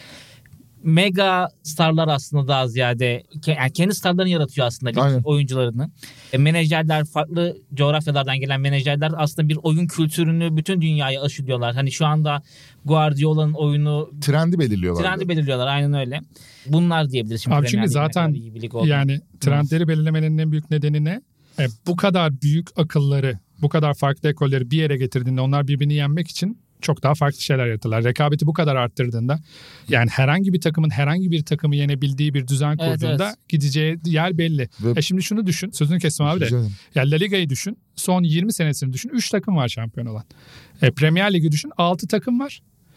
Mega starlar aslında daha ziyade yani kendi starlarını yaratıyor aslında lig oyuncularını. E, menajerler, farklı coğrafyalardan gelen menajerler aslında bir oyun kültürünü bütün dünyaya aşılıyorlar. Hani şu anda Guardiola'nın oyunu trendi belirliyorlar. Trendi belirliyorlar, aynen öyle. Bunlar diyebiliriz şimdi. Abi çünkü zaten yani trendleri belirlemenin en büyük nedeni ne? E, bu kadar büyük akılları, bu kadar farklı ekolleri bir yere getirdiğinde onlar birbirini yenmek için çok daha farklı şeyler yaratırlar. Rekabeti bu kadar arttırdığında, yani herhangi bir takımın herhangi bir takımı yenebildiği bir düzen kurduğunda evet, evet. gideceği yer belli. Ve e şimdi şunu düşün, sözünü kestim abi de. Ya La Liga'yı düşün, son yirmi senesini düşün, üç takım var şampiyon olan. E, Premier Ligi düşün, altı takım var.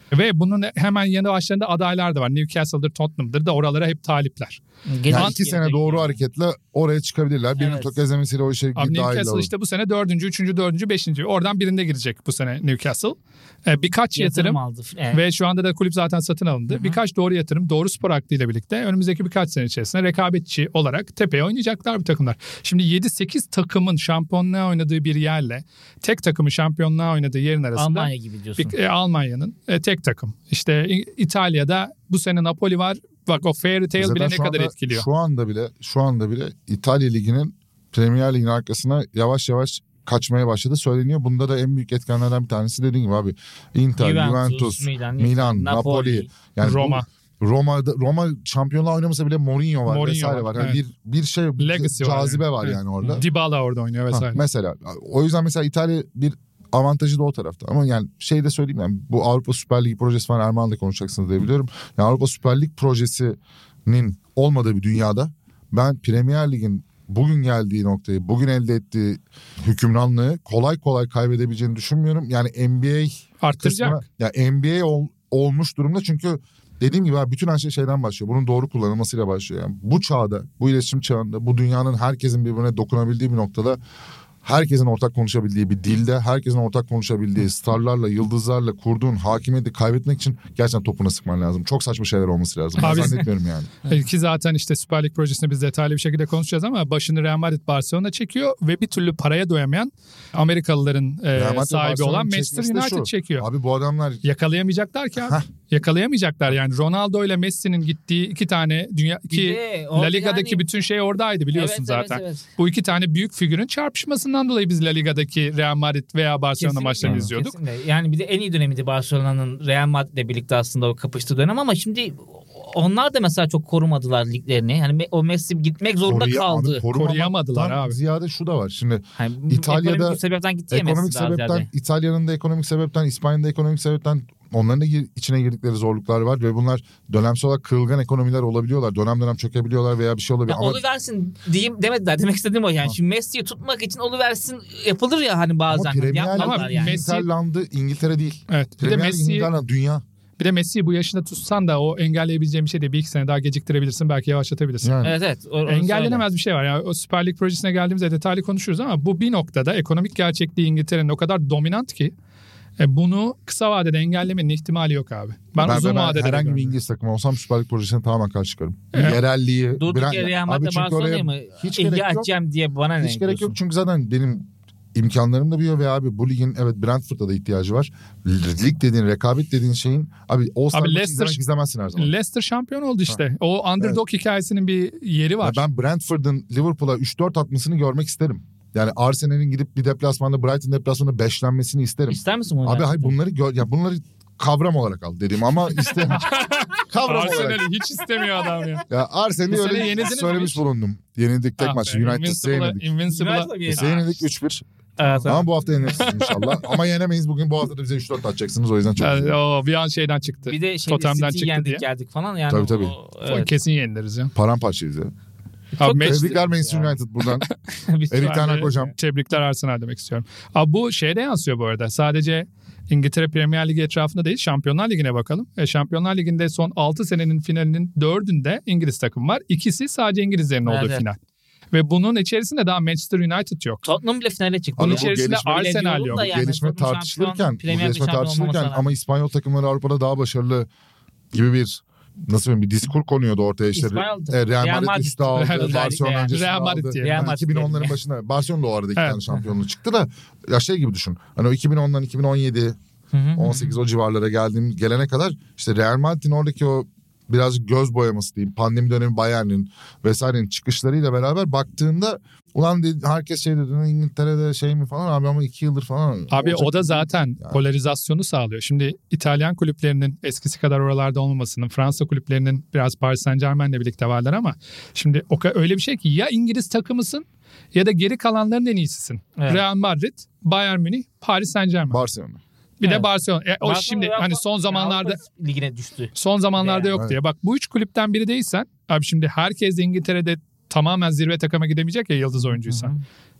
Ve bunun hemen yanı başlarında adaylar da var. Newcastle'dır, Tottenham'dır da oralara hep talipler. Yani iki sene doğru hareketle oraya çıkabilirler. Birinin Evet. tökezlemesiyle o işe dahil Newcastle olur. işte bu sene dördüncü, üçüncü, dördüncü, beşinci. Oradan birinde girecek bu sene Newcastle. Ee, birkaç yatırım, Yatırım aldı. Evet. ve şu anda da kulüp zaten satın alındı. Hı hı. Birkaç doğru yatırım, doğru spor aklıyla birlikte önümüzdeki birkaç sene içerisinde rekabetçi olarak tepeye oynayacaklar bu takımlar. Şimdi yedi sekiz takımın şampiyonluğa oynadığı bir yerle tek takımın şampiyonluğa oynadığı yerin arasında Almanya gibi diyorsun. bir, e, Almanya'nın e, tek takım. İşte İ- İtalya'da bu sene Napoli var. Bak o fairy tale Zaten bile ne şu kadar anda- etkiliyor. Şu anda bile şu anda bile İtalya Ligi'nin Premier Lig'in arkasına yavaş yavaş kaçmaya başladı söyleniyor. Bunda da en büyük etkenlerden bir tanesi dediğim gibi abi. Inter, Juventus, Juventus, Milan, Milan, Napoli. Napoli. Yani bu- Roma. Roma'da Roma şampiyonluğa oynamasa bile Mourinho var Mourinho vesaire var, var. Yani evet. bir bir şey Legacy var cazibe yani. var Evet. yani orada. Dybala orada oynuyor Ha, vesaire. mesela o yüzden mesela İtalya bir avantajı da o tarafta. Ama yani şey de söyleyeyim yani bu Avrupa Süper Ligi projesi falan Erman'la konuşacaksınız diye biliyorum. Yani Avrupa Süper Lig projesinin olmadığı bir dünyada ben Premier Lig'in bugün geldiği noktayı, bugün elde ettiği hükümranlığı kolay kolay kaybedebileceğini düşünmüyorum. Yani N B A Arttıracak. kısmına, ya N B A ol- olmuş durumda çünkü dediğim gibi abi bütün her şey şeyden başlıyor. Bunun doğru kullanılmasıyla başlıyor. Yani bu çağda, bu iletişim çağında, bu dünyanın herkesin birbirine dokunabildiği bir noktada herkesin ortak konuşabildiği bir dilde, herkesin ortak konuşabildiği starlarla, yıldızlarla kurduğun hakimiyeti kaybetmek için gerçekten topuna sıkman lazım. Çok saçma şeyler olması lazım. Ben Abi- zannetmiyorum yani. Ki zaten işte Süper Lig projesini biz detaylı bir şekilde konuşacağız ama başını Real Madrid Barcelona çekiyor ve bir türlü paraya doyamayan Amerikalıların e, Real Madrid sahibi Barcelona'nın olan Manchester çekmesi de United şu. çekiyor. Abi bu adamlar Yakalayamayacaklar ki abi. Hah. Yakalayamayacaklar yani. Ronaldo ile Messi'nin gittiği iki tane dünya Bir ki de orada La Liga'daki yani- bütün şey oradaydı biliyorsun Evet, zaten. evet, evet. Bu iki tane büyük figürün çarpışmasından dolayı biz La Liga'daki Real Madrid veya Barcelona Kesinlikle, maçlarını izliyorduk. kesinlikle. Yani bir de en iyi dönemiydi Barcelona'nın Real Madrid'le birlikte aslında o kapıştığı dönem ama şimdi onlar da mesela çok korumadılar liglerini. Yani o Messi gitmek zorunda koruya- kaldı. abi korumamaktan Koruyamadılar abi. Ziyade şu da var. Şimdi Yani İtalya'da ekonomik sebepten gitti ya ekonomik Messi daha sebepten, ziyade. İtalya'nın da ekonomik sebepten, İspanya'nın da ekonomik sebepten onların da gir- içine girdikleri zorluklar var ve bunlar dönemsel olarak kırılgan ekonomiler olabiliyorlar. Dönem dönem çökebiliyorlar veya bir şey olabiliyor. Ya Ama, oluversin diyeyim demediler. Demek istediğim o yani. Ha. Şimdi Messi'yi tutmak için oluversin yapılır ya hani ama bazen. Premier Yapmadılar Ama Lig yani. Messi- İngiltere'landı, İngiltere değil. Evet. Bir de Premier Lig Messi İngiltere dünya. bir de Messi'yi bu yaşında tutsan da o engelleyebileceğin bir şey değil. Bir iki sene daha geciktirebilirsin, belki yavaşlatabilirsin. Yani. Evet evet. O- onu Engellenemez bir şey var. Yani o Süper Lig projesine geldiğimizde detaylı konuşuruz ama bu bir noktada ekonomik gerçekliği İngiltere'nin o kadar dominant ki e, bunu kısa vadede engellemenin ihtimali yok abi. Ben, Ben, uzun ben vadede de herhangi bir görmüyorum. İngiliz takımı olsam Süper Lig projesine tamamen karşı çıkarım. Evet. Yerelliği. Durduk Brand- yere Real Abi Madrid'le çünkü Barcelona'yı oraya mı hiç ilgi gerek yok. açacağım diye bana ne Hiç gerek yok diyorsun? çünkü zaten benim imkanlarım da büyüyor ve abi bu ligin evet Brentford'a da ihtiyacı var. Lig dediğin, rekabet dediğin şeyin abi All-Star Abi maçı Leicester- izlemek izlemezsin her zaman. Leicester şampiyon oldu işte. O underdog hikayesinin bir yeri Ya var. ben Brentford'un Liverpool'a üç dört atmasını görmek isterim. Yani Arsenal'in gidip bir deplasmanda Brighton deplasmanında beşlenmesini isterim. İster misin bunu? Abi gerçekten? hayır bunları gör ya bunları kavram olarak al dediğim ama işte kavram olarak. Arsenal'i hiç istemiyor adam ya. Ya Arsenal'i Bu sene öyle yenildiniz mi söylemiş hiç? bulundum. Yenildik tek Ah maç. be, United'ı Invincible'a- yenildik. Invincible'a- United'la bir- Bize yenildik üç bir. Evet, Ama evet. bu hafta yenilirsiniz inşallah. Ama yenemeyiz bugün. Bu hafta da bize üç dört atacaksınız. O yüzden çok Yani üzüldüm. o bir an şeyden çıktı. Bir de şey Totemden City çıktı yendik diye. geldik falan yani. Tabii, tabii. O, evet. Kesin yeniliriz ya. Paramparçayız ya. Abi Manchester- Tebrikler Manchester ya. United buradan. Biz- Erik Ben Ten Hag de hocam. Tebrikler Arsenal demek istiyorum. Abi bu şeyde yansıyor bu arada. Sadece İngiltere Premier Ligi etrafında değil, Şampiyonlar Ligi'ne bakalım. E, Şampiyonlar Ligi'nde son altı senenin finalinin dördünde İngiliz takım var. İkisi sadece İngilizlerin olduğu Evet. final. Ve bunun içerisinde daha Manchester United yok. Tottenham bile finale çıktı. Bunun Abi ya. bu içerisinde gelişme- Arsenal Bile yok. diyorum da yani gelişme Tottenham tartışılırken, şampiyon, bu Premier gelişme Lig şampiyonu tartışılırken olmamasına ama İspanyol takımları Avrupa'da daha başarılı gibi bir nasıl diyeyim bir diskur konuyordu ortaya işte. İspanyol E, Real Real Madrid Madrid. üstü aldı, Özellikle Barcelona yani. öncesinde Real Madrid aldı. diyelim. Real Yani Madrid iki bin onların diyelim. başında Barcelona da o arada iki Evet. tane şampiyonluğu çıktı da ya şey gibi düşün. Hani o iki bin ondan iki bin on yedi Hı hı. on sekiz o civarlara geldiğim gelene kadar işte Real Madrid'in oradaki o birazcık göz boyaması diyeyim. Pandemi dönemi Bayern'in vesairenin çıkışlarıyla beraber baktığında ulan dedi, herkes şey dedi İngiltere'de şey mi falan abi ama iki yıldır falan. Abi olacak o da gibi zaten değil yani. polarizasyonu sağlıyor. Şimdi İtalyan kulüplerinin eskisi kadar oralarda olmamasının, Fransa kulüplerinin biraz Paris Saint Germain'le birlikte varlar ama şimdi o ka- öyle bir şey ki ya İngiliz takımısın ya da geri kalanların en iyisisin. Evet. Real Madrid, Bayern Münih, Paris Saint Germain. Barcelona. bir de Evet. Barcelona. E, o Barcelona şimdi Avrupa- hani son zamanlarda Avrupa ligine düştü. son zamanlarda yok Evet. diye. Bak bu üç kulüpten biri değilsen abi şimdi herkes de İngiltere'de tamamen zirve takıma gidemeyecek ya yıldız oyuncuysa. Hı hı.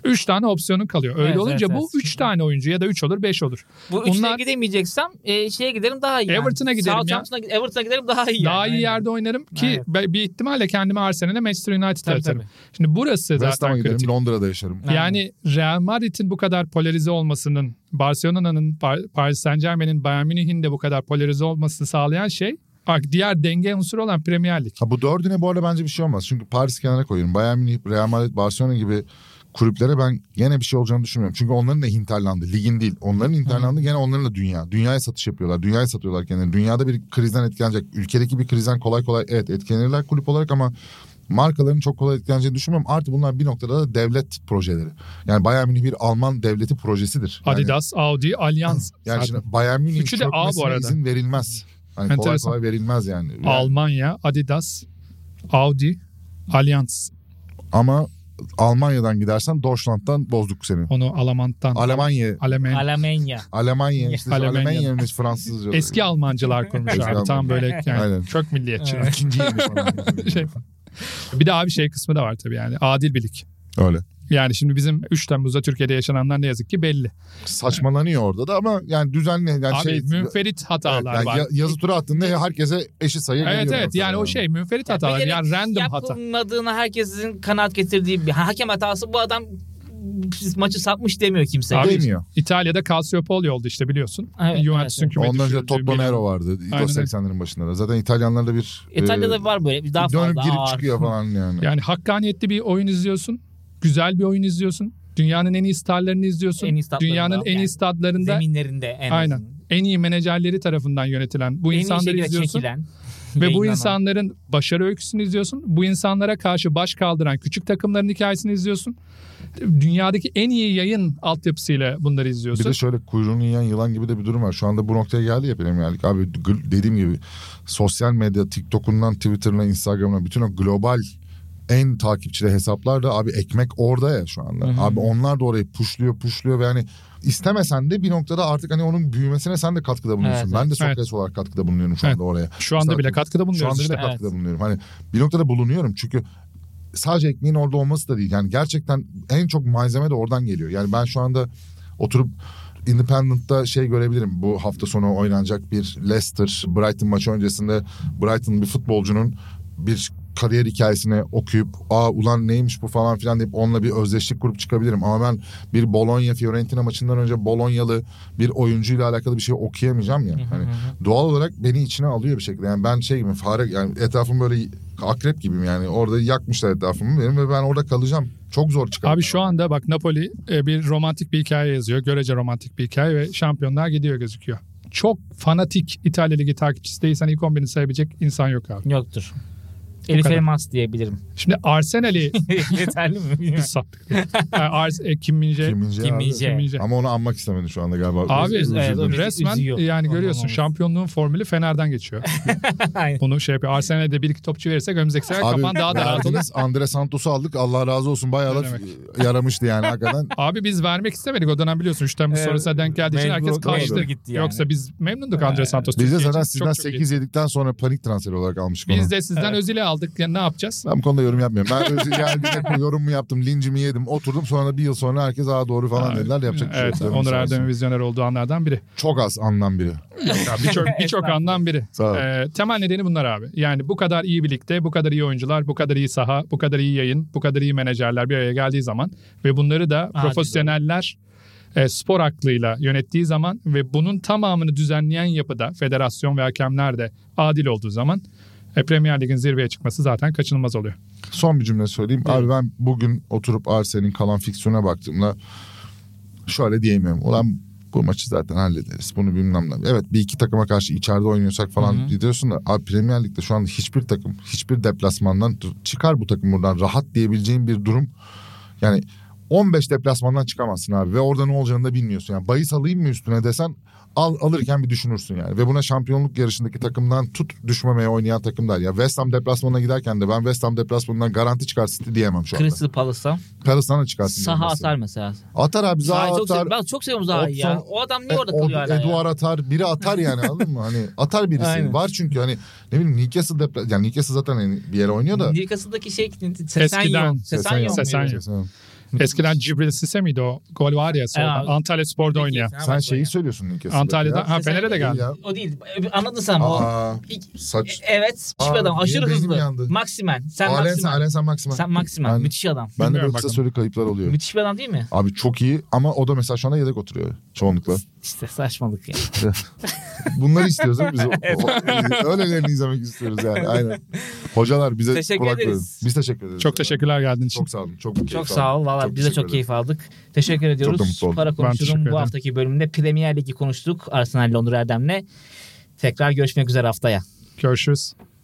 üç tane opsiyonun kalıyor. Öyle Evet, olunca evet, bu evet. üç tane oyuncu ya da üç olur beş olur. Bu Bunlar- üçüne gidemeyeceksem e, şeye giderim daha iyi. Everton'a yani. giderim ya. Southampton'a, Everton'a giderim daha iyi. Daha yani. iyi Aynen. yerde oynarım ki Evet. be- bir ihtimalle kendimi Arsenal'e Manchester United'a Tabii, atarım. tabii. Şimdi burası West Ham'a zaten giderim, kritik. Londra'da yaşarım. Aynen. Yani Real Madrid'in bu kadar polarize olmasının, Barcelona'nın, Par- Paris Saint-Germain'in, Bayern Münih'in de bu kadar polarize olmasını sağlayan şey bak diğer denge unsuru olan Premier Lig. Ha, bu dördüne bu arada bence bir şey olmaz. Çünkü Paris'i kenara koyuyorum. Bayern Münih, Real Madrid, Barcelona gibi kulüplere ben gene bir şey olacağını düşünmüyorum. Çünkü onların da hinterlandı. Ligin değil. Onların hinterlandı gene onların da dünya. Dünyaya satış yapıyorlar. Dünyaya satıyorlar kendilerini. Dünyada bir krizden etkilenecek. Ülkedeki bir krizden kolay kolay evet etkilenirler kulüp olarak ama markaların çok kolay etkileneceğini düşünmüyorum. Artı bunlar bir noktada da devlet projeleri. Yani Bayern Münih bir Alman devleti projesidir. Yani, Adidas, Audi, Allianz. yani zaten. şimdi Bayern Münih'in Üçü de A bu çökmesine arada. izin verilmez. Hani kolay Enteresan. kolay verilmez yani. Yani- Almanya, Adidas, Audi, Allianz. Ama Almanya'dan gidersen Deutschland'dan bozduk seni. Onu Alman'dan. Almanya, Almanya. Alemanya. Almanya, işte Almanya. Almanya'nın Fransızca. Eski Almancılar kurmuş Eski abi. Alman. Tam böyle yani Aynen. çok milliyetçi. İkinci yeni falan. Şey- Bir de abi şey kısmı da var tabii yani. Adil bir lig. Öyle. Yani şimdi bizim üç Temmuz'da Türkiye'de yaşananlar ne yazık ki belli. Saçmalanıyor orada da ama yani düzenli. Yani Abi şey, münferit hatalar evet, yani var. ya- yazı tura attığında herkese eşit sayı Evet geliyor. evet mesela yani o şey münferit hatalar Bilerek yani random hata. yapılmadığına herkesin kanaat getirdiği bir hakem hatası, bu adam maçı satmış demiyor kimse. Abi, Demiyor. İtalya'da Calciopoli oldu işte biliyorsun. Evet, Juventus'un evet, küme Ondan önce düşürdüğü Totto Milan. Nero vardı. Aynen. seksenlerin başında da. Zaten İtalyanlarda bir İtalya'da e, var böyle bir daha fazla dönüp girip ağır. çıkıyor falan yani. Yani hakkaniyetli bir oyun izliyorsun. Güzel bir oyun izliyorsun. Dünyanın en iyi starlarını izliyorsun. En iyi stadlarında, Dünyanın en iyi yani stadlarında zeminlerinde en aynen. azından. En iyi menajerleri tarafından yönetilen bu En iyi insanları şekilde izliyorsun. çekilen, Ve bu yayınlanan. insanların başarı öyküsünü izliyorsun. Bu insanlara karşı baş kaldıran küçük takımların hikayesini izliyorsun. Dünyadaki en iyi yayın altyapısıyla bunları Bir izliyorsun. de şöyle kuyruğunu yiyen yılan gibi de bir durum var. Şu anda bu noktaya geldi ya Premier Lig. Abi gl- dediğim gibi sosyal medya, TikTok'undan Twitter'ına, Instagram'ına bütün o global en takipçili hesaplar da abi ekmek orada ya şu anda. Hı hı. Abi onlar da orayı pushluyor pushluyor ve yani istemesen de bir noktada artık hani onun büyümesine sen de katkıda bulunuyorsun. Evet, ben de evet. Sokrates olarak katkıda bulunuyorum şu Evet. anda oraya. Şu anda Mesela bile katkıda Şu bulunuyoruz anda işte. bile katkıda Evet. bulunuyorum. Hani bir noktada bulunuyorum çünkü sadece ekmeğin orada olması da değil. Yani gerçekten en çok malzeme de oradan geliyor. Yani ben şu anda oturup Independent'ta şey görebilirim. Bu hafta sonu oynanacak bir Leicester Brighton maçı öncesinde Brighton bir futbolcunun bir kariyer hikayesini okuyup aa ulan neymiş bu falan filan deyip onunla bir özdeşlik kurup çıkabilirim. Ama ben bir Bologna Fiorentina maçından önce Bolognalı bir oyuncuyla alakalı bir şey okuyamayacağım ya. Hani doğal olarak beni içine alıyor bir şekilde. Yani ben şey gibi fare yani etrafım böyle akrep gibiyim yani. Orada yakmışlar etrafımı benim ve ben orada kalacağım. Çok zor çıkar. Abi şu anda bak Napoli e, bir romantik bir hikaye yazıyor. Görece romantik bir hikaye ve şampiyonluğa gidiyor gözüküyor. Çok fanatik İtalya Ligi takipçisi değilsen ilk on birini sayabilecek insan yok abi. Yoktur. Elif kadar. Elmas diyebilirim. Şimdi Arsenal'i Yeterli mi? biz Bilmiyorum. sattık. Yani Ars, e, Kim Min-jae. Kim Min-jae Kim abi. Min-jae. Kim Min-jae. Ama onu anmak istemedi şu anda galiba. Abi Üzüldüm. evet, o bizi resmen üzüyor. yani Ondan görüyorsun olmaz. şampiyonluğun formülü Fener'den geçiyor. Aynen. Bunu şey yapıyor. Arsenal'de bir iki topçu verirsek önümüzdeki sene Abi kapan daha da rahat olur. verdiniz, Andre Santos'u aldık. Allah razı olsun bayağı da Ne demek? yaramıştı yani hakikaten. Abi biz vermek istemedik o dönem biliyorsun. üç Temmuz Evet, sonrasına denk geldiği için mecbur- herkes kaçtı. mecbur gitti yani. Yoksa biz memnunduk Andre Santos. Biz de Türkiye zaten için. sizden Çok çok iyi. sekiz yedikten sonra panik transferi olarak almıştık onu. Biz de sizden Özil'i aldık. Ya ne yapacağız? Ben bu konuda yorum yapmıyorum. Ben Özil geldiğinde yorum mu yaptım, lincimi yedim, oturdum. Sonra bir yıl sonra herkes aa doğru falan dediler. Yapacak bir şey Evet, yok. Onur Sağ olsun. Erdem'in vizyoner olduğu anlardan biri. Çok az anlam biri. Birçok birçok andan biri. Sağ ol. Ee, temel nedeni bunlar abi. Yani bu kadar iyi birlikte, bu kadar iyi oyuncular, bu kadar iyi saha, bu kadar iyi yayın, bu kadar iyi menajerler bir araya geldiği zaman ve bunları da Adil profesyoneller e, spor aklıyla yönettiği zaman ve bunun tamamını düzenleyen yapıda federasyon ve hakemler de adil olduğu zaman e, Premier Lig'in zirveye çıkması zaten kaçınılmaz oluyor. Son bir cümle söyleyeyim. Evet. Abi ben bugün oturup Arsenal'in kalan fiksiyona baktığımda şöyle diyemiyorum. Ulan bu maçı zaten hallederiz. Bunu bilmem ne. Evet bir iki takıma karşı içeride oynuyorsak falan Hı hı. gidiyorsun da abi Premier Lig'de şu anda hiçbir takım hiçbir deplasmandan çıkar bu takım buradan rahat diyebileceğin bir durum. Yani on beş deplasmandan çıkamazsın abi ve orada ne olacağını da bilmiyorsun. Yani bahis alayım mı üstüne desen al, alırken bir düşünürsün yani. Ve buna şampiyonluk yarışındaki takımdan tut düşmemeye oynayan takımlar. Ya West Ham deplasmanına giderken de ben West Ham deplasmanından garanti çıkar City diyemem şu anda. Crystal Palace'a Palace'dan da çıkarsın. saha diyemezsin. atar mesela. Atar abi Zaha Sahayı çok atar. seviyorum. Ben çok seviyorum Zaha'yı ya. Opson- O adam niye orada E, kalıyor hala ya? Eduard atar, biri atar yani anladın mı? Hani atar birisi. Aynen. Var çünkü hani ne bileyim Newcastle depla yani Newcastle zaten hani bir yere oynuyor da. Newcastle'daki şey Sesenyo. Eskiden. Sesenyo. Sesenyo. muydu? Kesin. Eskiden Cibril Sisse miydi o? Gol var ya sonra. Evet. Antalya Spor'da oynuyor. Sen şeyi söylüyorsun Newcastle'da. Antalya'da. Ha Fener'e de geldi. Ya. O değil. Anladın sen o. Aa, İlk- saç. Evet. Müthiş bir Aa, adam. Aşırı benim beynim hızlı. yandı. Maximen. Sen Alen sen, Maximen. Alen sen Maximen. Sen Maximen. Ben- Müthiş adam. Ben de Bilmiyorum böyle kısa bakalım. süreli kayıplar oluyor. Müthiş bir adam değil mi? Abi çok iyi ama o da mesela şu anda yedek oturuyor çoğunlukla. İşte saçmalık ya. Bunları istiyoruz değil mi biz? O- Öylelerini izlemek istiyoruz yani. Aynen. Hocalar bize Teşekkür kulak verin. ederiz. Biz teşekkür ederiz. Çok teşekkürler geldiğin için. Çok sağ olun. Çok, keyif Çok aldım. sağ ol. Valla biz de teşekkür çok ederim. keyif aldık. Teşekkür ediyoruz. Çok da mutlu oldum. Para Ben konuşurum. teşekkür Bu ederim. haftaki bölümde Premier Ligi konuştuk. Arsenal ile Onur Erdem'le. Tekrar görüşmek üzere haftaya. Görüşürüz.